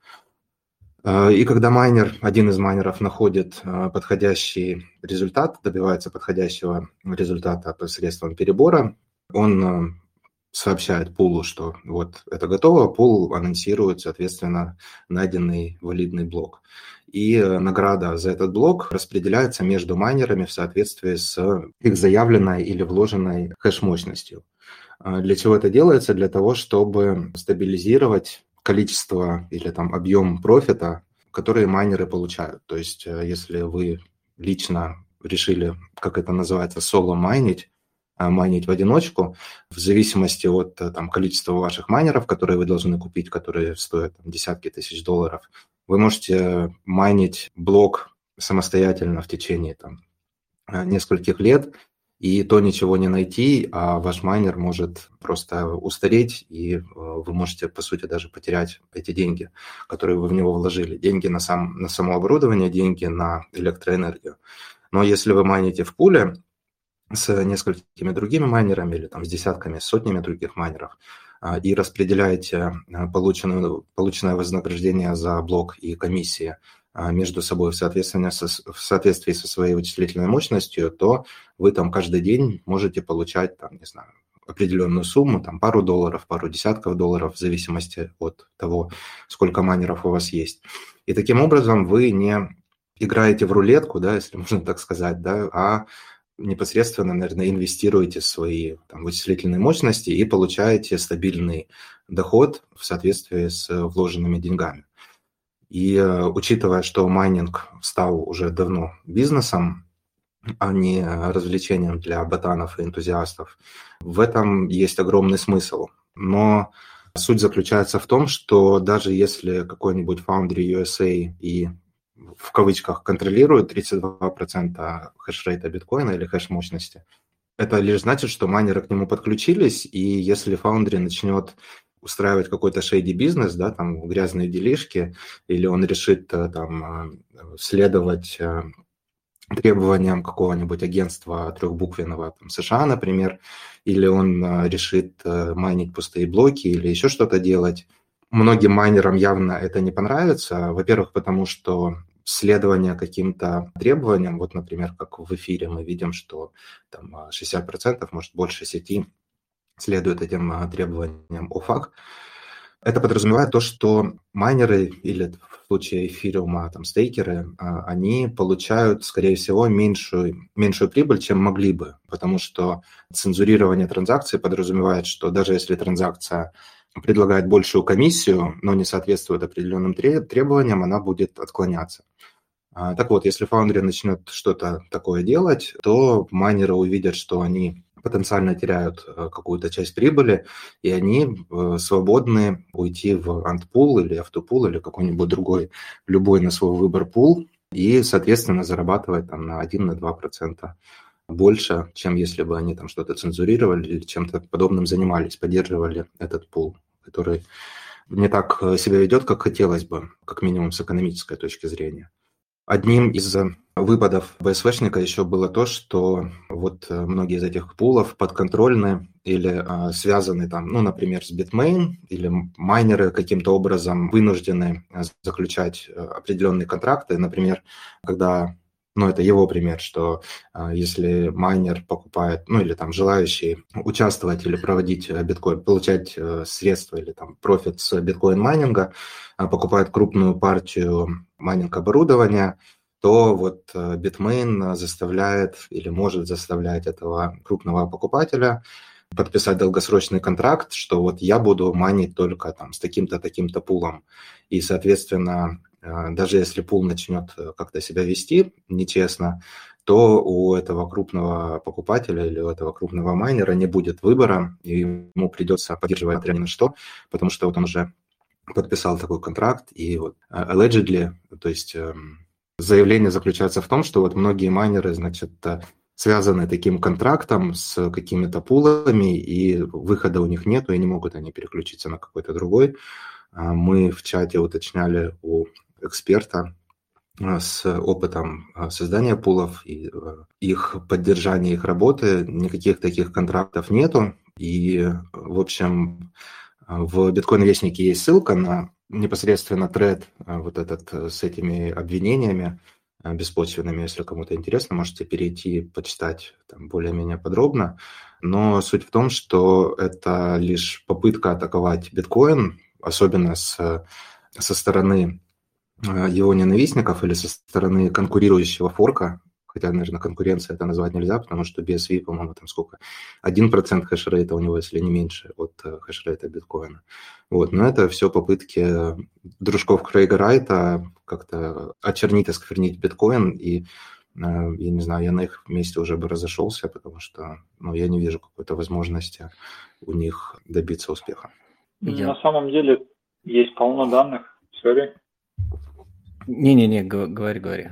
И когда майнер, один из майнеров находит подходящий результат, добивается подходящего результата посредством перебора, он сообщает пулу, что вот это готово, пул анонсирует, соответственно, найденный валидный блок. И награда за этот блок распределяется между майнерами в соответствии с их заявленной или вложенной хэш-мощностью. Для чего это делается? Для того, чтобы стабилизировать количество или там объем профита, которые майнеры получают. То есть, если вы лично решили, как это называется, соло майнить, майнить в одиночку, в зависимости от там, количества ваших майнеров, которые вы должны купить, которые стоят там, десятки тысяч долларов, вы можете майнить блок самостоятельно в течение там, нескольких лет, и то ничего не найти, а ваш майнер может просто устареть, и вы можете, по сути, даже потерять эти деньги, которые вы в него вложили. Деньги на, сам, на само оборудование, деньги на электроэнергию. Но если вы майните в пуле с несколькими другими майнерами или там, с десятками, с сотнями других майнеров, и распределяете полученное, полученное вознаграждение за блок и комиссии между собой в соответствии, со, в соответствии со своей вычислительной мощностью, то вы там каждый день можете получать, там, не знаю, определенную сумму, там пару долларов, пару десятков долларов, в зависимости от того, сколько майнеров у вас есть. И таким образом вы не играете в рулетку, да, если можно так сказать, да, а непосредственно, наверное, инвестируете свои там, вычислительные мощности и получаете стабильный доход в соответствии с вложенными деньгами. И учитывая, что майнинг стал уже давно бизнесом, а не развлечением для ботанов и энтузиастов, в этом есть огромный смысл. Но суть заключается в том, что даже если какой-нибудь Foundry ю эс эй и в кавычках контролирует тридцать два процента хэшрейта биткоина или хэш-мощности, это лишь значит, что майнеры к нему подключились, и если Foundry начнет устраивать какой-то шейди бизнес, да, там грязные делишки, или он решит там следовать требованиям какого-нибудь агентства трехбуквенного, там, США, например, или он решит майнить пустые блоки или еще что-то делать. Многим майнерам явно это не понравится. Во-первых, потому что следование каким-то требованиям, вот, например, как в эфире мы видим, что там шестьдесят процентов, может, больше сети следует этим требованиям о фак. Это подразумевает то, что майнеры или в случае эфириума там, стейкеры, они получают, скорее всего, меньшую, меньшую прибыль, чем могли бы, потому что цензурирование транзакций подразумевает, что даже если транзакция предлагает большую комиссию, но не соответствует определенным требованиям, она будет отклоняться. Так вот, если Foundry начнет что-то такое делать, то майнеры увидят, что они потенциально теряют какую-то часть прибыли, и они свободны уйти в антпул или автопул или какой-нибудь другой, любой на свой выбор пул, и, соответственно, зарабатывать там на один-два процента больше, чем если бы они там что-то цензурировали или чем-то подобным занимались, поддерживали этот пул, который не так себя ведет, как хотелось бы, как минимум с экономической точки зрения. Одним из выпадов би эс ви-шника еще было то, что вот многие из этих пулов подконтрольны или а, связаны там, ну, например, с Bitmain, или майнеры каким-то образом вынуждены заключать определенные контракты. Например, когда, ну, это его пример, что а, если майнер покупает, ну, или там желающий участвовать или проводить биткоин, получать а, средства или там профит с биткоин-майнинга, а, покупает крупную партию майнинг-оборудования, то вот Bitmain заставляет или может заставлять этого крупного покупателя подписать долгосрочный контракт, что вот я буду майнить только там с таким-то, таким-то пулом. И, соответственно, даже если пул начнет как-то себя вести нечестно, то у этого крупного покупателя или у этого крупного майнера не будет выбора, и ему придется поддерживать ни на что, потому что вот он уже подписал такой контракт, и вот allegedly, то есть заявление заключается в том, что вот многие майнеры, значит, связаны таким контрактом с какими-то пулами, и выхода у них нету, и не могут они переключиться на какой-то другой. Мы в чате уточняли у эксперта с опытом создания пулов и их поддержания, их работы, никаких таких контрактов нету, и, в общем, в биткоин-вестнике есть ссылка на непосредственно тред вот этот с этими обвинениями беспочвенными. Если кому-то интересно, можете перейти, почитать там более-менее подробно. Но суть в том, что это лишь попытка атаковать биткоин, особенно с, со стороны его ненавистников или со стороны конкурирующего форка. Хотя, наверное, конкуренция это назвать нельзя, потому что би эс ви, по-моему, там сколько? один процент хешрейта у него, если не меньше, от хешрейта биткоина. Вот. Но это все попытки дружков Крейга Райта как-то очернить, осквернить биткоин, и я не знаю, я на их месте уже бы разошелся, потому что ну, я не вижу какой-то возможности у них добиться успеха. Я... На самом деле есть полно данных. Сори. Не-не-не, говори, говори.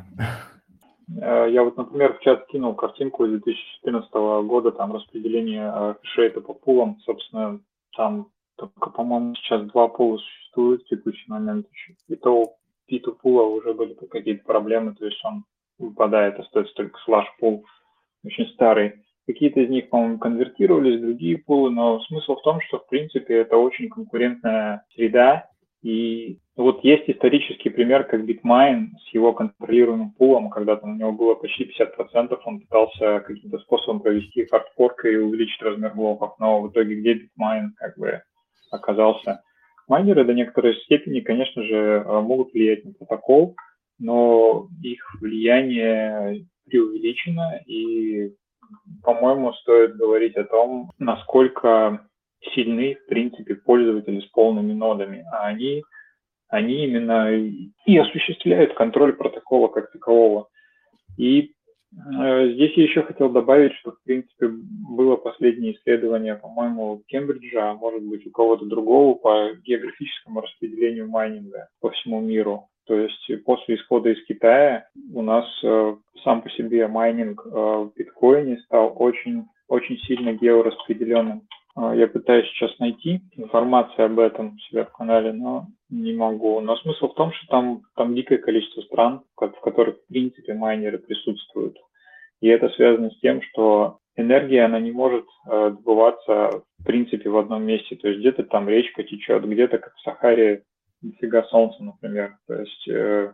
Я вот, например, в чат кинул картинку две тысячи четырнадцатого года, там распределение хешрейта по пулам, собственно, там только, по-моему, сейчас два пула существуют в текущий момент, и то пи два пула уже были какие-то проблемы, то есть он выпадает, остается только слэш пул, очень старый. Какие-то из них, по-моему, конвертировались, другие пулы, но смысл в том, что, в принципе, это очень конкурентная среда, и вот есть исторический пример, как Bitmain с его контролируемым пулом, когда там у него было почти пятьдесят процентов, он пытался каким-то способом провести хардфорк и увеличить размер блоков, но в итоге где Bitmain как бы оказался. Майнеры до некоторой степени, конечно же, могут влиять на протокол, но их влияние преувеличено, и, по-моему, стоит говорить о том, насколько сильны, в принципе, пользователи с полными нодами, а они, они именно и осуществляют контроль протокола как такового. И э, здесь я еще хотел добавить, что, в принципе, было последнее исследование, по-моему, Кембриджа, а может быть, у кого-то другого по географическому распределению майнинга по всему миру. То есть после исхода из Китая у нас э, сам по себе майнинг э, в биткоине стал очень, очень сильно геораспределенным. Я пытаюсь сейчас найти информацию об этом у себя в канале, но не могу. Но смысл в том, что там, там дикое количество стран, в которых, в принципе, майнеры присутствуют. И это связано с тем, что энергия, она не может э, добываться, в принципе, в одном месте. То есть где-то там речка течет, где-то, как в Сахаре, нифига солнца, например. То есть э,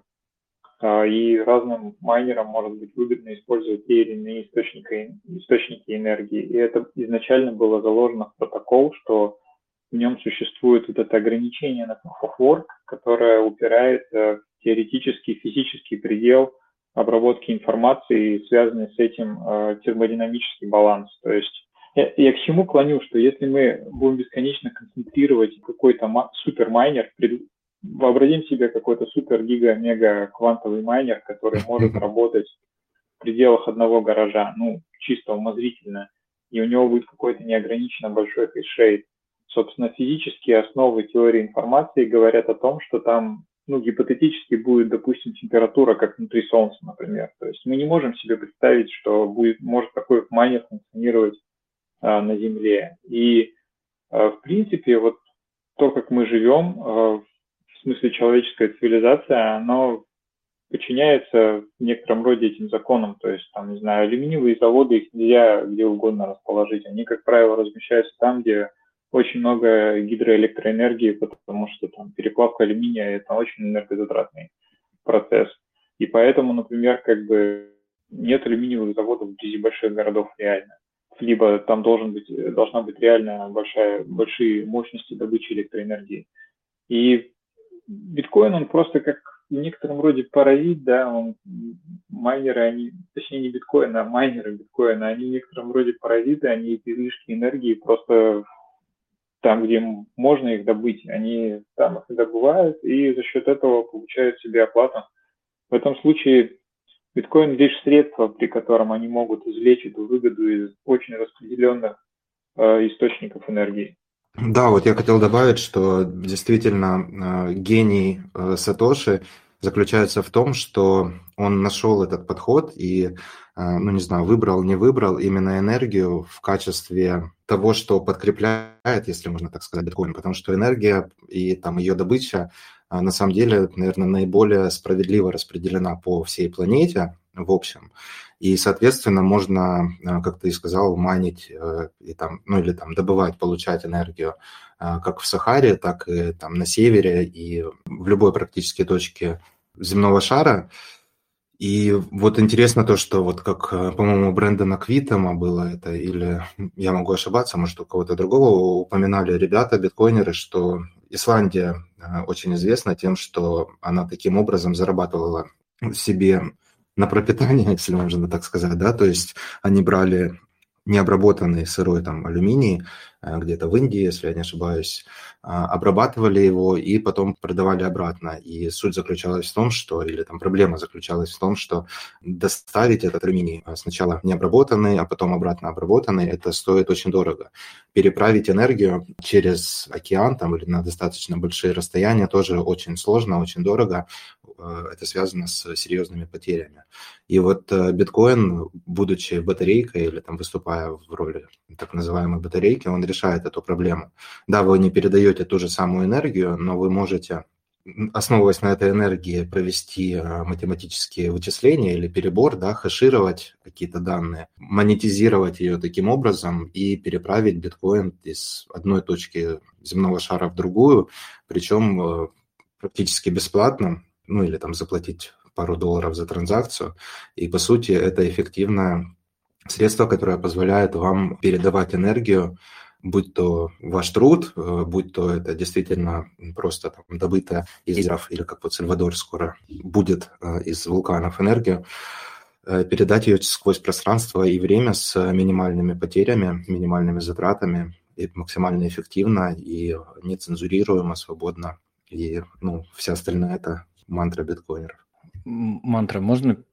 э, и разным майнерам может быть выгодно использовать те или иные источники, источники энергии. И это изначально было заложено в протокол, что в нем существует вот это ограничение на proof of work, которое упирается в теоретический физический предел обработки информации, связанный с этим э, термодинамический баланс. То есть я, я к чему клоню, что если мы будем бесконечно концентрировать какой-то ма- супермайнер, пред... вообразим себе какой-то супер-гига-мега-квантовый майнер, который может работать в пределах одного гаража, ну, чисто умозрительно, и у него будет какой-то неограниченно большой хешрейт. Собственно, физические основы теории информации говорят о том, что там, ну, гипотетически будет, допустим, температура, как внутри Солнца, например. То есть мы не можем себе представить, что будет, может такой майнер функционировать а, на Земле. И, а, в принципе, вот то, как мы живем, а, в смысле человеческая цивилизация, оно подчиняется в некотором роде этим законам. То есть, там, не знаю, алюминиевые заводы, их нельзя где угодно расположить. Они, как правило, размещаются там, где очень много гидроэлектроэнергии, потому что там переплавка алюминия – это очень энергозатратный процесс. И поэтому, например, как бы нет алюминиевых заводов вблизи больших городов реально. Либо там должен быть, должна быть реально большая, большие мощности добычи электроэнергии. И биткоин, он просто как в некотором роде паразит, да, он, майнеры, они, точнее не биткоин, а майнеры биткоина, они в некотором роде паразиты, они эти излишки энергии просто там, где можно их добыть, они там их добывают и за счет этого получают себе оплату. В этом случае биткоин лишь средство, при котором они могут извлечь эту выгоду из очень распределенных э, источников энергии. Да, вот я хотел добавить, что действительно э, гений э, Сатоши заключается в том, что он нашел этот подход и, ну не знаю, выбрал, не выбрал именно энергию в качестве того, что подкрепляет, если можно так сказать, биткоин, потому что энергия и там ее добыча на самом деле, наверное, наиболее справедливо распределена по всей планете в общем. И, соответственно, можно, как ты и сказал, майнить и там, ну или там добывать, получать энергию как в Сахаре, так и там на севере и в любой практически точке земного шара. И вот интересно то, что вот как, по-моему, у Брэндона Квиттема было это, или я могу ошибаться, может, у кого-то другого упоминали ребята, биткоинеры, что Исландия очень известна тем, что она таким образом зарабатывала себе на пропитание, если можно так сказать, да, то есть они брали необработанный сырой там алюминий, где-то в Индии, если я не ошибаюсь, обрабатывали его и потом продавали обратно. И суть заключалась в том, что, или там проблема заключалась в том, что доставить этот алюминий сначала необработанный, а потом обратно обработанный, это стоит очень дорого. Переправить энергию через океан там, или на достаточно большие расстояния тоже очень сложно, очень дорого. Это связано с серьезными потерями. И вот биткоин, будучи батарейкой или там выступая в роли так называемой батарейки, он решает эту проблему. Да, вы не передаете ту же самую энергию, но вы можете, основываясь на этой энергии, провести математические вычисления или перебор, да, хэшировать какие-то данные, монетизировать ее таким образом и переправить биткоин из одной точки земного шара в другую, причем практически бесплатно, ну или там заплатить пару долларов за транзакцию. И по сути это эффективное средство, которое позволяет вам передавать энергию, будь то ваш труд, будь то это действительно просто там добытая из гейзеров, или как вот Сальвадор скоро будет из вулканов энергию, передать ее сквозь пространство и время с минимальными потерями, минимальными затратами, и максимально эффективно, и нецензурируемо, свободно. И ну, вся остальная это мантра биткоинеров. Мантра, можно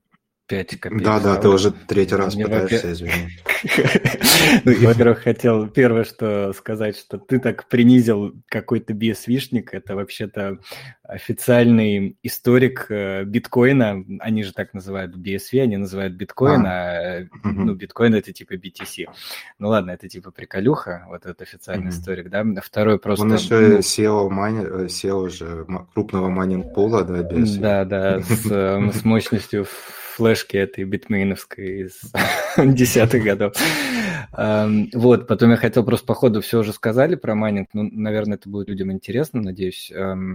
пять копеек. Да, да, ты уже третий раз пытаешься, извини. Ну, я, во-первых, хотел первое, что сказать, что ты так принизил какой-то би эс ви-шник. Это вообще-то официальный историк биткоина. Они же так называют би эс ви, они называют биткоин, а, а ну, биткоин – это типа би ти си. Ну ладно, это типа приколюха, вот этот официальный mm-hmm. историк, да. Второй просто… Он еще ну, си и о, майнер, си и о же крупного майнинг-пула, да, би эс ви. Да, да, с, с мощностью флешки этой битмейновской из десятых годов. Вот, потом я хотел просто по ходу все уже сказали про майнинг, ну, наверное, это будет людям интересно, надеюсь.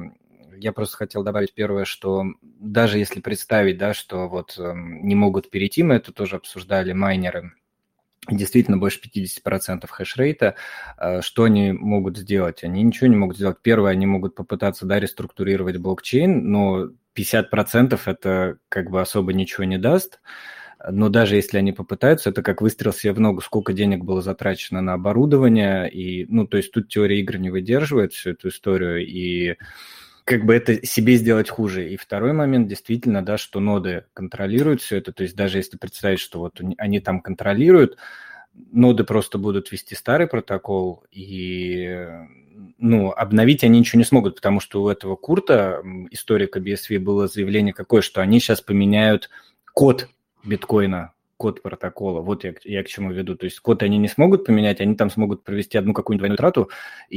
Я просто хотел добавить первое, что даже если представить, да, что вот не могут перейти, мы это тоже обсуждали, майнеры, действительно больше пятьдесят процентов хэшрейта, что они могут сделать? Они ничего не могут сделать. Первое, они могут попытаться, да, реструктурировать блокчейн, но пятьдесят процентов это как бы особо ничего не даст. Но даже если они попытаются, это как выстрел себе в ногу, сколько денег было затрачено на оборудование. И, ну, то есть тут теория игр не выдерживает всю эту историю, и как бы это себе сделать хуже. И второй момент, действительно, да, что ноды контролируют все это. То есть даже если представить, что вот они там контролируют, ноды просто будут вести старый протокол, и ну, обновить они ничего не смогут, потому что у этого Курта, историка би эс ви, было заявление какое, что они сейчас поменяют код биткоина, код протокола. Вот я, я к чему веду. То есть код они не смогут поменять, они там смогут провести одну какую-нибудь двойную трату,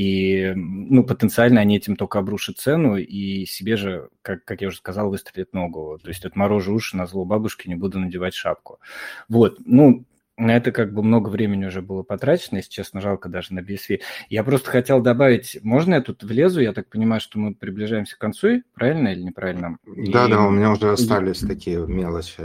и ну, потенциально они этим только обрушат цену, и себе же, как, как я уже сказал, выстрелят ногу. То есть отморожу уши, назло бабушке не буду надевать шапку. Вот, ну, на это как бы много времени уже было потрачено, если честно, жалко даже на би эс ви. Я просто хотел добавить, можно я тут влезу? Я так понимаю, что мы приближаемся к концу, правильно или неправильно? Да, и... да, у меня уже остались и... такие мелочи.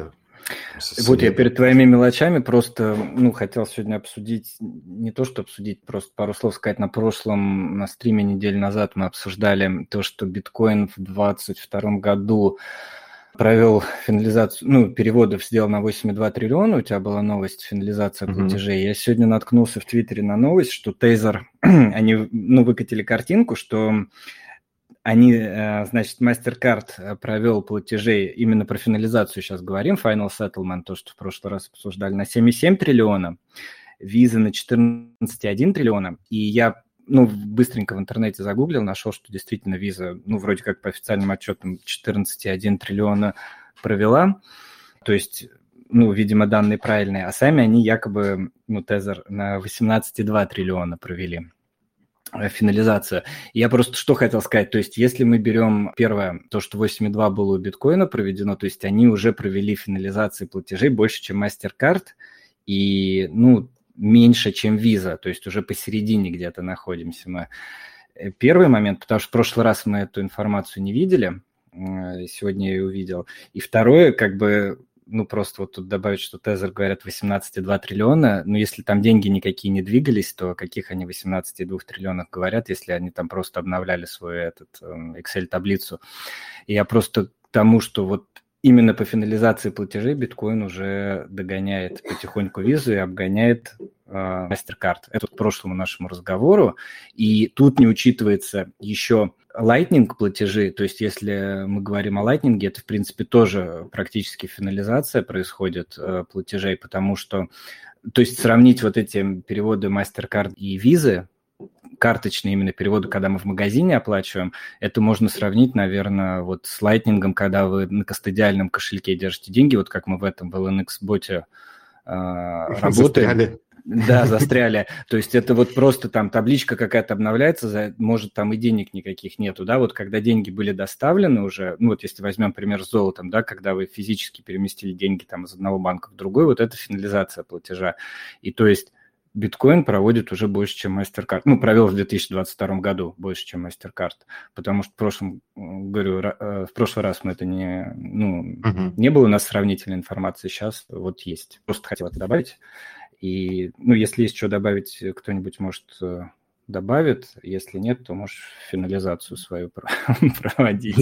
Вот я перед твоими мелочами просто, ну, хотел сегодня обсудить, не то что обсудить, просто пару слов сказать. На прошлом, на стриме неделю назад мы обсуждали то, что биткоин в двадцать втором году провел финализацию, ну, переводов сделал на восемь целых два триллиона, у тебя была новость, финализация платежей. Mm-hmm. Я сегодня наткнулся в Твиттере на новость, что Tether, они, ну, выкатили картинку, что они, значит, MasterCard провел платежей, именно про финализацию сейчас говорим, Final Settlement, то, что в прошлый раз обсуждали, на семь целых семь триллиона, Visa на четырнадцать целых один триллиона, и я ну, быстренько в интернете загуглил, нашел, что действительно Visa, ну, вроде как по официальным отчетам четырнадцать целых один триллиона провела, то есть, ну, видимо, данные правильные, а сами они якобы, ну, Tether на восемнадцать целых два триллиона провели финализацию. Я просто что хотел сказать, то есть если мы берем первое, то, что восемь целых два было у биткоина проведено, то есть они уже провели финализации платежей больше, чем MasterCard, и, ну, меньше, чем Visa, то есть уже посередине где-то находимся мы. Первый момент, потому что в прошлый раз мы эту информацию не видели, сегодня я ее увидел. И второе, как бы, ну, просто вот тут добавить, что Tether говорят восемнадцать целых два триллиона, но если там деньги никакие не двигались, то о каких они восемнадцать целых два триллионах говорят, если они там просто обновляли свою этот Excel-таблицу. И я просто к тому, что вот именно по финализации платежей биткоин уже догоняет потихоньку Visa и обгоняет э, MasterCard. Это к прошлому нашему разговору. И тут не учитывается еще Lightning платежи. То есть если мы говорим о Lightning, это, в принципе, тоже практически финализация происходит э, платежей, потому что, то есть сравнить вот эти переводы MasterCard и Visa, карточные именно переводы, когда мы в магазине оплачиваем, это можно сравнить, наверное, вот с Lightning, когда вы на кастодиальном кошельке держите деньги, вот как мы в этом в эл эн икс-боте э, работаем. Застряли. Да, застряли. То есть это вот просто там табличка какая-то обновляется, за, может, там и денег никаких нету, да, вот когда деньги были доставлены уже, ну вот если возьмем пример с золотом, да, когда вы физически переместили деньги там из одного банка в другой, вот это финализация платежа. И то есть биткоин проводит уже больше, чем MasterCard. Ну, провел в две тысячи двадцать втором году больше, чем MasterCard. Потому что в прошлом, говорю, в прошлый раз мы это не... Ну, uh-huh. не было у нас сравнительной информации. Сейчас вот есть. Просто хотел это добавить. И, ну, если есть что добавить, кто-нибудь, может, добавит. Если нет, то можешь финализацию свою проводить.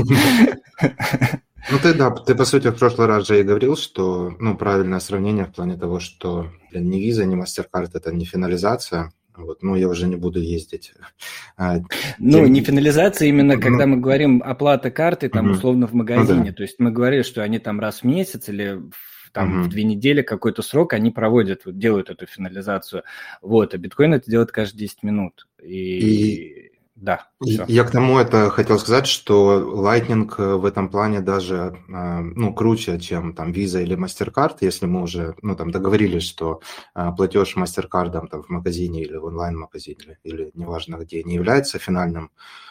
Ну, ты, да, ты, по сути, в прошлый раз же и говорил, что, ну, правильное сравнение в плане того, что ни Visa, ни MasterCard – это не финализация. Вот, ну, я уже не буду ездить. А, ну, тем... не финализация, именно ну, когда мы говорим оплата карты, там, угу. условно, в магазине. Ну, да. То есть мы говорили, что они там раз в месяц или там Мгм. в две недели какой-то срок они проводят, вот, делают эту финализацию. Вот, а биткоин это делает каждые десять минут. И И да, и все. я к тому это хотел сказать, что Lightning э, в этом плане даже э, ну, круче, чем там Visa или MasterCard, если мы уже ну, там, договорились, что э, платеж MasterCard там, в магазине или в онлайн-магазине, или неважно где, не является финальным,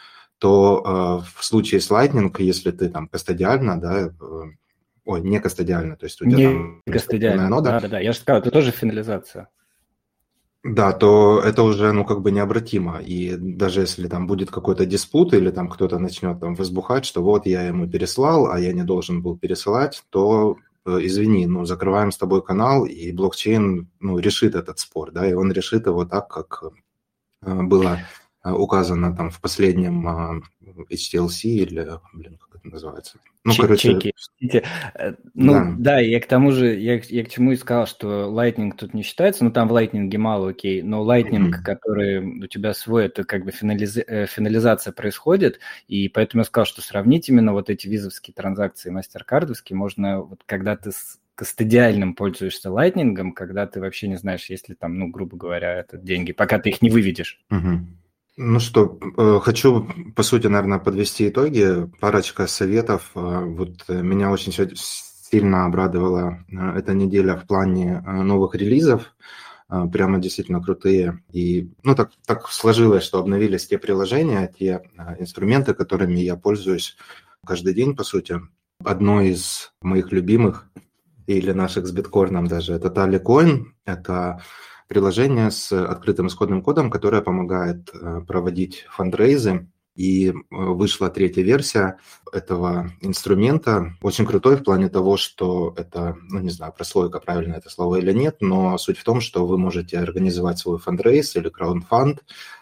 то э, в случае с Lightning, если ты там кастодиально, да, э, ой, не кастодиально, то есть у тебя Не там стабильная кастодиально, нода, да-да-да, я же сказал, это тоже финализация. да, то это уже, ну, как бы необратимо. И даже если там будет какой-то диспут или там кто-то начнет там возбухать, что вот я ему переслал, а я не должен был пересылать, то э, извини, ну, закрываем с тобой канал, и блокчейн, ну, решит этот спор, да, и он решит его так, как э, было э, указано там в последнем э, эйч ти эл си или, блин, как это называется? Ну, Че- короче, Чеки. Видите, э, Ну, да. да, я к тому же, я, к- я к чему и сказал, что Lightning тут не считается, ну, там в Lightning мало, окей, но Lightning, Мгм. который у тебя свой, это как бы финализи- э, финализация происходит, и поэтому я сказал, что сравнить именно вот эти визовские транзакции мастеркардовские можно, вот когда ты с кастодиальным пользуешься Lightning, когда ты вообще не знаешь, есть ли там, ну, грубо говоря, это деньги, пока ты их не выведешь. Мгм. Ну что, э, хочу, по сути, наверное, подвести итоги. Парочка советов. Э, Вот э, меня очень сё- сильно обрадовала э, эта неделя в плане э, новых релизов. Э, Прямо действительно крутые. И, ну, так, так сложилось, что обновились те приложения, те э, инструменты, которыми я пользуюсь каждый день, по сути. Одно из моих любимых, или наших с биткоином даже, это Tallycoin. Это приложение с открытым исходным кодом, которое помогает э, проводить фандрейзы. И э, вышла третья версия этого инструмента. Очень крутой в плане того, что это, ну не знаю, прослойка, правильно это слово или нет, но суть в том, что вы можете организовать свой фандрейз или краундфанд,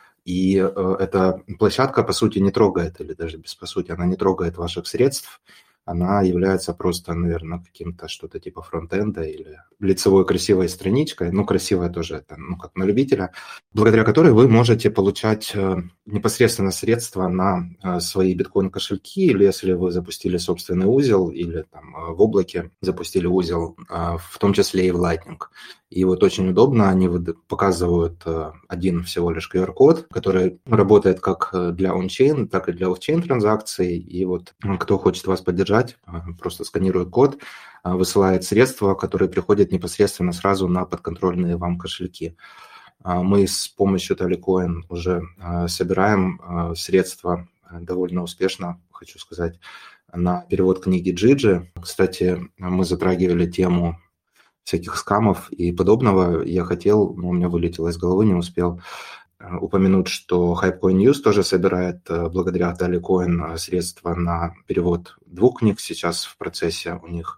и э, эта площадка, по сути, не трогает, или даже без по сути, она не трогает ваших средств, она является просто, наверное, каким-то что-то типа фронтенда или лицевой красивой страничкой, ну, красивая тоже, это, ну, как на любителя, благодаря которой вы можете получать э, непосредственно средства на э, свои биткоин-кошельки, или если вы запустили собственный узел, или там э, в облаке запустили узел, э, в том числе и в Lightning. И вот очень удобно, они выда- показывают э, один всего лишь ку ар-код, который работает как э, для он-чейн, так и для оф-чейн транзакций. И вот э, кто хочет вас поддержать, э, просто сканирует код, э, высылает средства, которые приходят непосредственно сразу на подконтрольные вам кошельки. Э, Мы с помощью Tallycoin уже э, собираем э, средства э, довольно успешно, хочу сказать, на перевод книги Джиджи. Кстати, мы затрагивали тему всяких скамов и подобного. Я хотел, но у меня вылетело из головы, не успел э, упомянуть, что Hypecoin News тоже собирает э, благодаря Tallycoin средства на перевод двух книг. Сейчас в процессе у них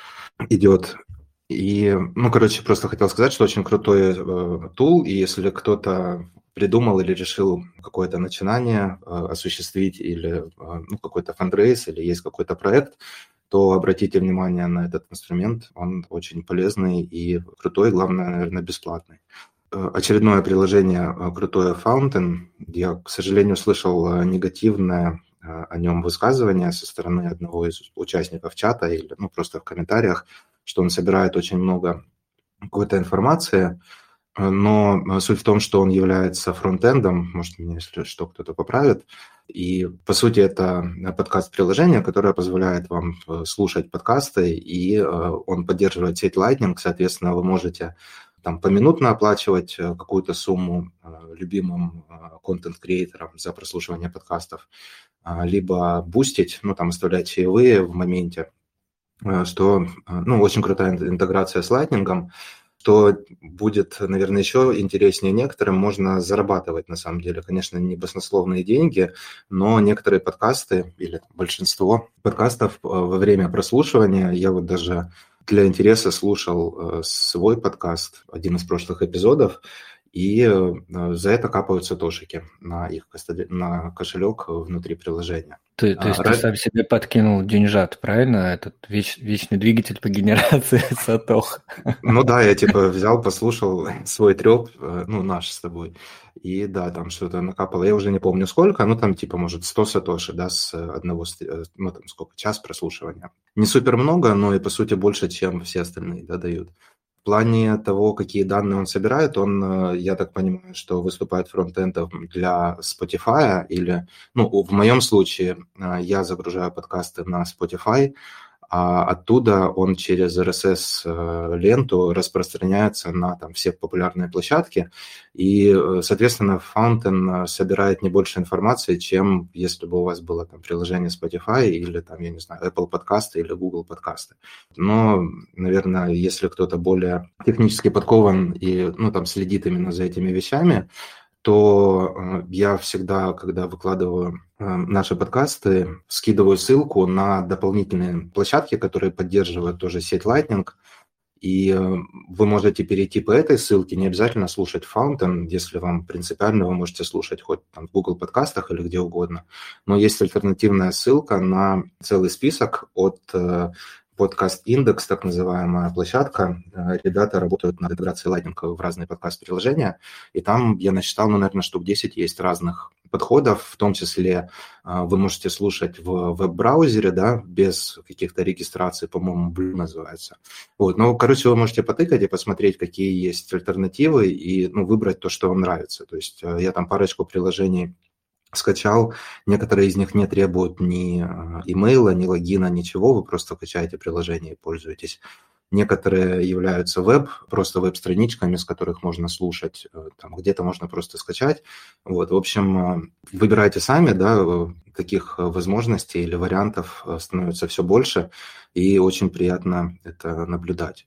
идет. И, ну, короче, просто хотел сказать, что очень крутой э, тул, и если кто-то придумал или решил какое-то начинание э, осуществить, или э, ну, какой-то фандрейз, или есть какой-то проект, то обратите внимание на этот инструмент. Он очень полезный и крутой, главное, наверное, бесплатный. Э, Очередное приложение э, крутое Fountain. Я, к сожалению, слышал э, негативное э, о нем высказывание со стороны одного из участников чата или ну, просто в комментариях, что он собирает очень много какой-то информации, э, но суть в том, что он является фронтендом, может, меня, если что, кто-то поправит, и, по сути, это подкаст-приложение, которое позволяет вам э, слушать подкасты, и э, он поддерживает сеть Lightning, соответственно, вы можете там поминутно оплачивать э, какую-то сумму э, любимым э, контент-креаторам за прослушивание подкастов, а, либо бустить, ну, там, оставлять чаевые в моменте, э, что, э, ну, очень крутая ин- интеграция с Lightning. Что будет, наверное, еще интереснее некоторым, можно зарабатывать, на самом деле. Конечно, не баснословные деньги, но некоторые подкасты, или большинство подкастов э, во время прослушивания, я вот даже для интереса слушал э, свой подкаст, один из прошлых эпизодов, и за это капаются тошики на их на кошелек внутри приложения. Ты, то есть а, ты сам себе подкинул деньжат, правильно? Этот веч, вечный двигатель по генерации сатох. Ну да, я типа взял, послушал свой трёп, ну наш с тобой, и да, там что-то накапало. Я уже не помню сколько, ну там типа может сто сатоши, да, с одного, ну там сколько, час прослушивания. Не супер много, но и по сути больше, чем все остальные, да, дают. В плане того, какие данные он собирает, он, я так понимаю, что выступает фронтендом для Spotify или, ну, в моем случае я загружаю подкасты на Spotify, а оттуда он через эр эс эс-ленту распространяется на там все популярные площадки, и, соответственно, Fountain собирает не больше информации, чем если бы у вас было там приложение Spotify или там, я не знаю, Apple подкасты или Google подкасты. Но, наверное, если кто-то более технически подкован и, ну, там, следит именно за этими вещами, то я всегда, когда выкладываю наши подкасты, скидываю ссылку на дополнительные площадки, которые поддерживают тоже сеть Lightning, и вы можете перейти по этой ссылке, не обязательно слушать Fountain, если вам принципиально, вы можете слушать хоть там в Google подкастах или где угодно, но есть альтернативная ссылка на целый список от Podcast Index, так называемая площадка. Ребята работают над интеграцией Lightning в разные подкаст-приложения, и там я насчитал, ну, наверное, штук десять есть разных подходов, в том числе вы можете слушать в веб-браузере, да, без каких-то регистраций, по-моему, Blue называется. Вот, ну, короче, вы можете потыкать и посмотреть, какие есть альтернативы, и, ну, выбрать то, что вам нравится. То есть я там парочку приложений скачал, некоторые из них не требуют ни имейла, ни логина, ничего, вы просто качаете приложение и пользуетесь. Некоторые являются веб, просто веб-страничками, с которых можно слушать, там где-то можно просто скачать. Вот, в общем, выбирайте сами, да, таких возможностей или вариантов становится все больше, и очень приятно это наблюдать.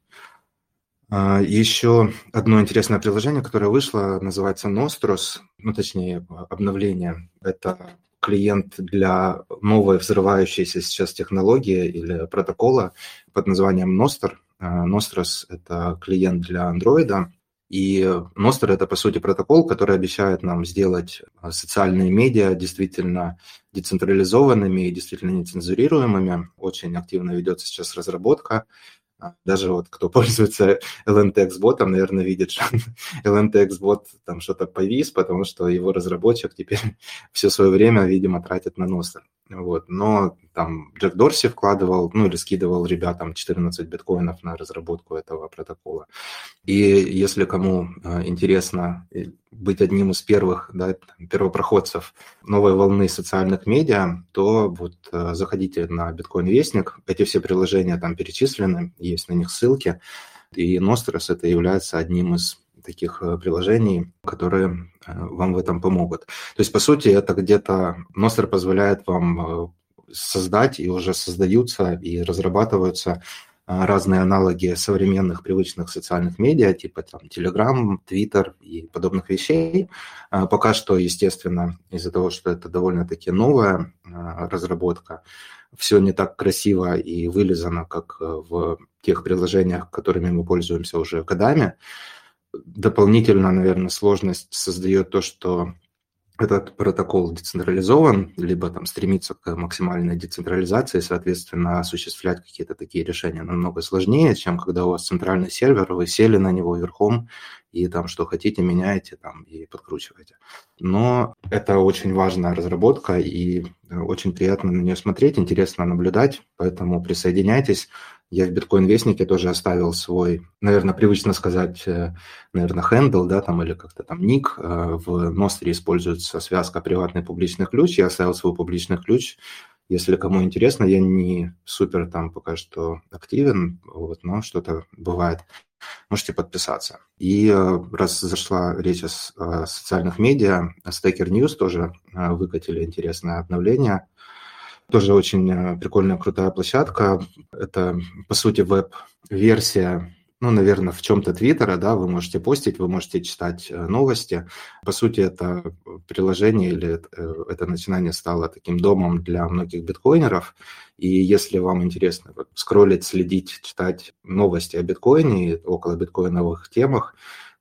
Еще одно интересное приложение, которое вышло, называется Nostros, ну, точнее, обновление. Это клиент для новой взрывающейся сейчас технологии или протокола под названием Nostr. Nostros – это клиент для Android, и Nostr – это, по сути, протокол, который обещает нам сделать социальные медиа действительно децентрализованными и действительно нецензурируемыми. Очень активно ведется сейчас разработка. Даже вот кто пользуется эл эн ти экс-ботом, наверное, видит, что эл эн ти экс-бот там что-то повис, потому что его разработчик теперь все свое время, видимо, тратит на Nostr. Вот. Но там Джек Дорси вкладывал, ну или скидывал ребятам четырнадцать биткоинов на разработку этого протокола. И если кому интересно быть одним из первых, да, первопроходцев новой волны социальных медиа, то вот заходите на Биткоин-вестник. Эти все приложения там перечислены, есть на них ссылки. И Nostros это является одним из таких приложений, которые вам в этом помогут. То есть, по сути, это где-то Nostr позволяет вам создать, и уже создаются и разрабатываются разные аналоги современных привычных социальных медиа, типа там Telegram, Twitter и подобных вещей. Пока что, естественно, из-за того, что это довольно-таки новая разработка, все не так красиво и вылизано, как в тех приложениях, которыми мы пользуемся уже годами. Дополнительно, наверное, сложность создает то, что этот протокол децентрализован, либо там стремится к максимальной децентрализации, соответственно, осуществлять какие-то такие решения намного сложнее, чем когда у вас центральный сервер, вы сели на него верхом и там что хотите меняете там и подкручиваете. Но это очень важная разработка, и очень приятно на нее смотреть, интересно наблюдать, поэтому присоединяйтесь. Я в Биткоин-вестнике тоже оставил свой, наверное, привычно сказать, наверное, хендл, да, там, или как-то там ник. В Nostr используется связка приватный публичный ключ. Я оставил свой публичный ключ. Если кому интересно, я не супер там пока что активен, вот, но что-то бывает. Можете подписаться. И раз зашла речь о социальных медиа, Stacker News тоже выкатили интересное обновление. Тоже очень прикольная, крутая площадка. Это, по сути, веб-версия, ну, наверное, в чем-то Твиттера, да, вы можете постить, вы можете читать новости. По сути, это приложение или это начинание стало таким домом для многих биткоинеров. И если вам интересно скроллить, следить, читать новости о биткоине и около биткоиновых темах,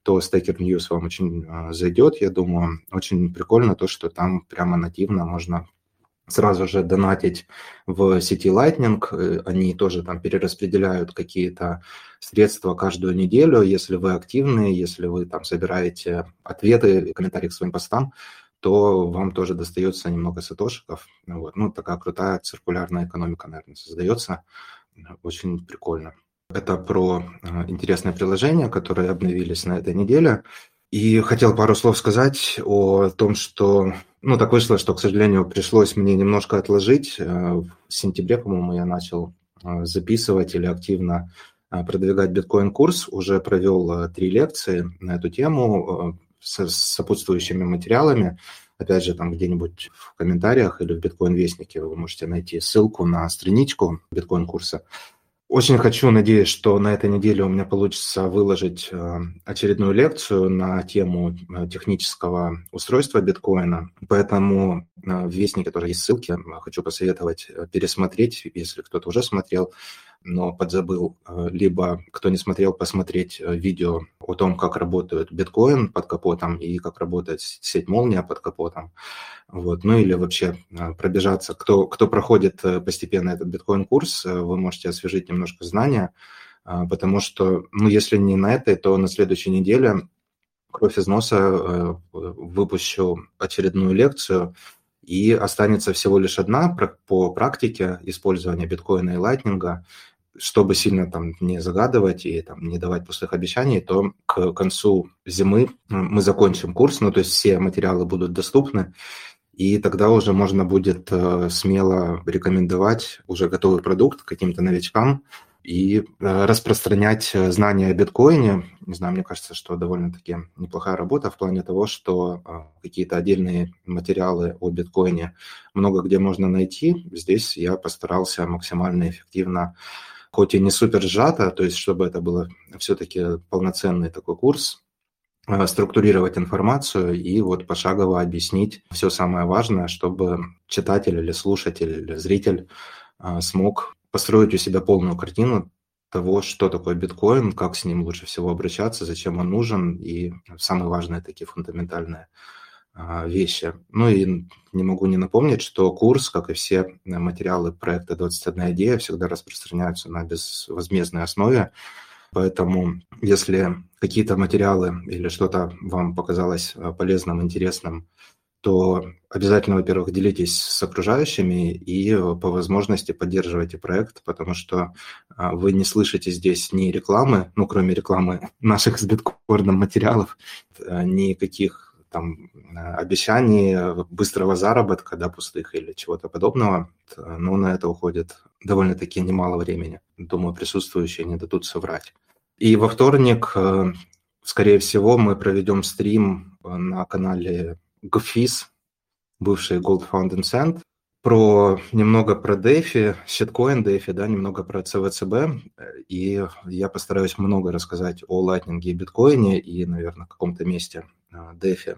то Stacker News вам очень зайдет, я думаю. Очень прикольно то, что там прямо нативно можно сразу же донатить в сети Lightning. Они тоже там перераспределяют какие-то средства каждую неделю. Если вы активны, если вы там собираете ответы и комментарии к своим постам, то вам тоже достается немного сатошиков. Вот. Ну, такая крутая циркулярная экономика, наверное, создается. Очень прикольно. Это про интересные приложения, которые обновились на этой неделе. И хотел пару слов сказать о том, что, ну, так вышло, что, к сожалению, пришлось мне немножко отложить. В сентябре, по-моему, я начал записывать или активно продвигать биткоин-курс. Уже провел три лекции на эту тему с сопутствующими материалами. Опять же, там где-нибудь в комментариях или в биткоин-вестнике вы можете найти ссылку на страничку биткоин-курса. Очень хочу, надеюсь, что на этой неделе у меня получится выложить очередную лекцию на тему технического устройства биткоина. Поэтому в Вестнике тоже есть ссылки. Хочу посоветовать пересмотреть, если кто-то уже смотрел, но подзабыл. Либо, кто не смотрел, посмотреть видео о том, как работает биткоин под капотом и как работает сеть Молния под капотом. Вот. Ну или вообще пробежаться. Кто, кто проходит постепенно этот биткоин-курс, вы можете освежить немножко знания, потому что, ну, если не на этой, то на следующей неделе кровь из носа выпущу очередную лекцию, и останется всего лишь одна по практике использования биткоина и лайтнинга. Чтобы сильно там не загадывать и там не давать пустых обещаний, то к концу зимы мы закончим курс, ну то есть все материалы будут доступны, и тогда уже можно будет смело рекомендовать уже готовый продукт каким-то новичкам и распространять знания о биткоине. Не знаю, мне кажется, что довольно-таки неплохая работа в плане того, что какие-то отдельные материалы о биткоине много где можно найти. Здесь я постарался максимально эффективно, хоть и не супер сжато, то есть чтобы это было все-таки полноценный такой курс, структурировать информацию и вот пошагово объяснить все самое важное, чтобы читатель или слушатель или зритель смог построить у себя полную картину того, что такое биткоин, как с ним лучше всего обращаться, зачем он нужен и самые важные такие фундаментальные вещи. Ну и не могу не напомнить, что курс, как и все материалы проекта двадцать одна идея, всегда распространяются на безвозмездной основе. Поэтому если какие-то материалы или что-то вам показалось полезным, интересным, то обязательно, во-первых, делитесь с окружающими и по возможности поддерживайте проект, потому что вы не слышите здесь ни рекламы, ну, кроме рекламы наших с биткоином материалов, никаких там обещаний быстрого заработка, да, пустых или чего-то подобного, но на это уходит довольно-таки немало времени. Думаю, присутствующие не дадут соврать. И во вторник, скорее всего, мы проведем стрим на канале GFIS, бывший Gold Found in Sand, про немного про DeFi, щиткоин DeFi, да, немного про си ви си би, и я постараюсь много рассказать о Lightning и биткоине и, наверное, в каком-то месте DeFi.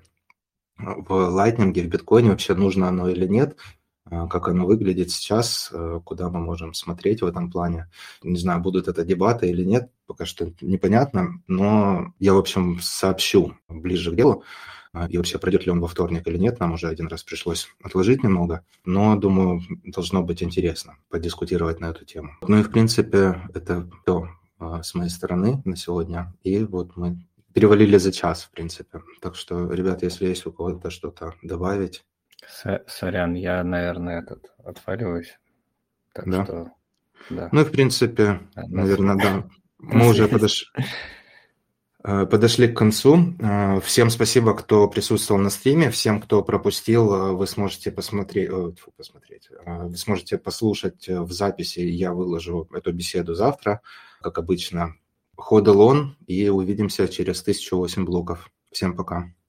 В Lightning, в биткоине вообще нужно оно или нет, как оно выглядит сейчас, куда мы можем смотреть в этом плане. Не знаю, будут это дебаты или нет, пока что непонятно, но я, в общем, сообщу ближе к делу. И вообще, пройдет ли он во вторник или нет, нам уже один раз пришлось отложить немного, но, думаю, должно быть интересно подискутировать на эту тему. Ну и, в принципе, это все с моей стороны на сегодня. И вот мы перевалили за час, в принципе. Так что, ребят, если есть у кого-то что-то добавить. Сорян, я, наверное, этот отваливаюсь. Так да. что, да. Ну и, в принципе, да, наверное, да. Мы уже подошли... Подошли к концу. Всем спасибо, кто присутствовал на стриме. Всем, кто пропустил, вы сможете посмотреть, фу, посмотреть, вы сможете послушать в записи. Я выложу эту беседу завтра, как обычно. Ходл он, и увидимся через тысячу восемь блоков. Всем пока.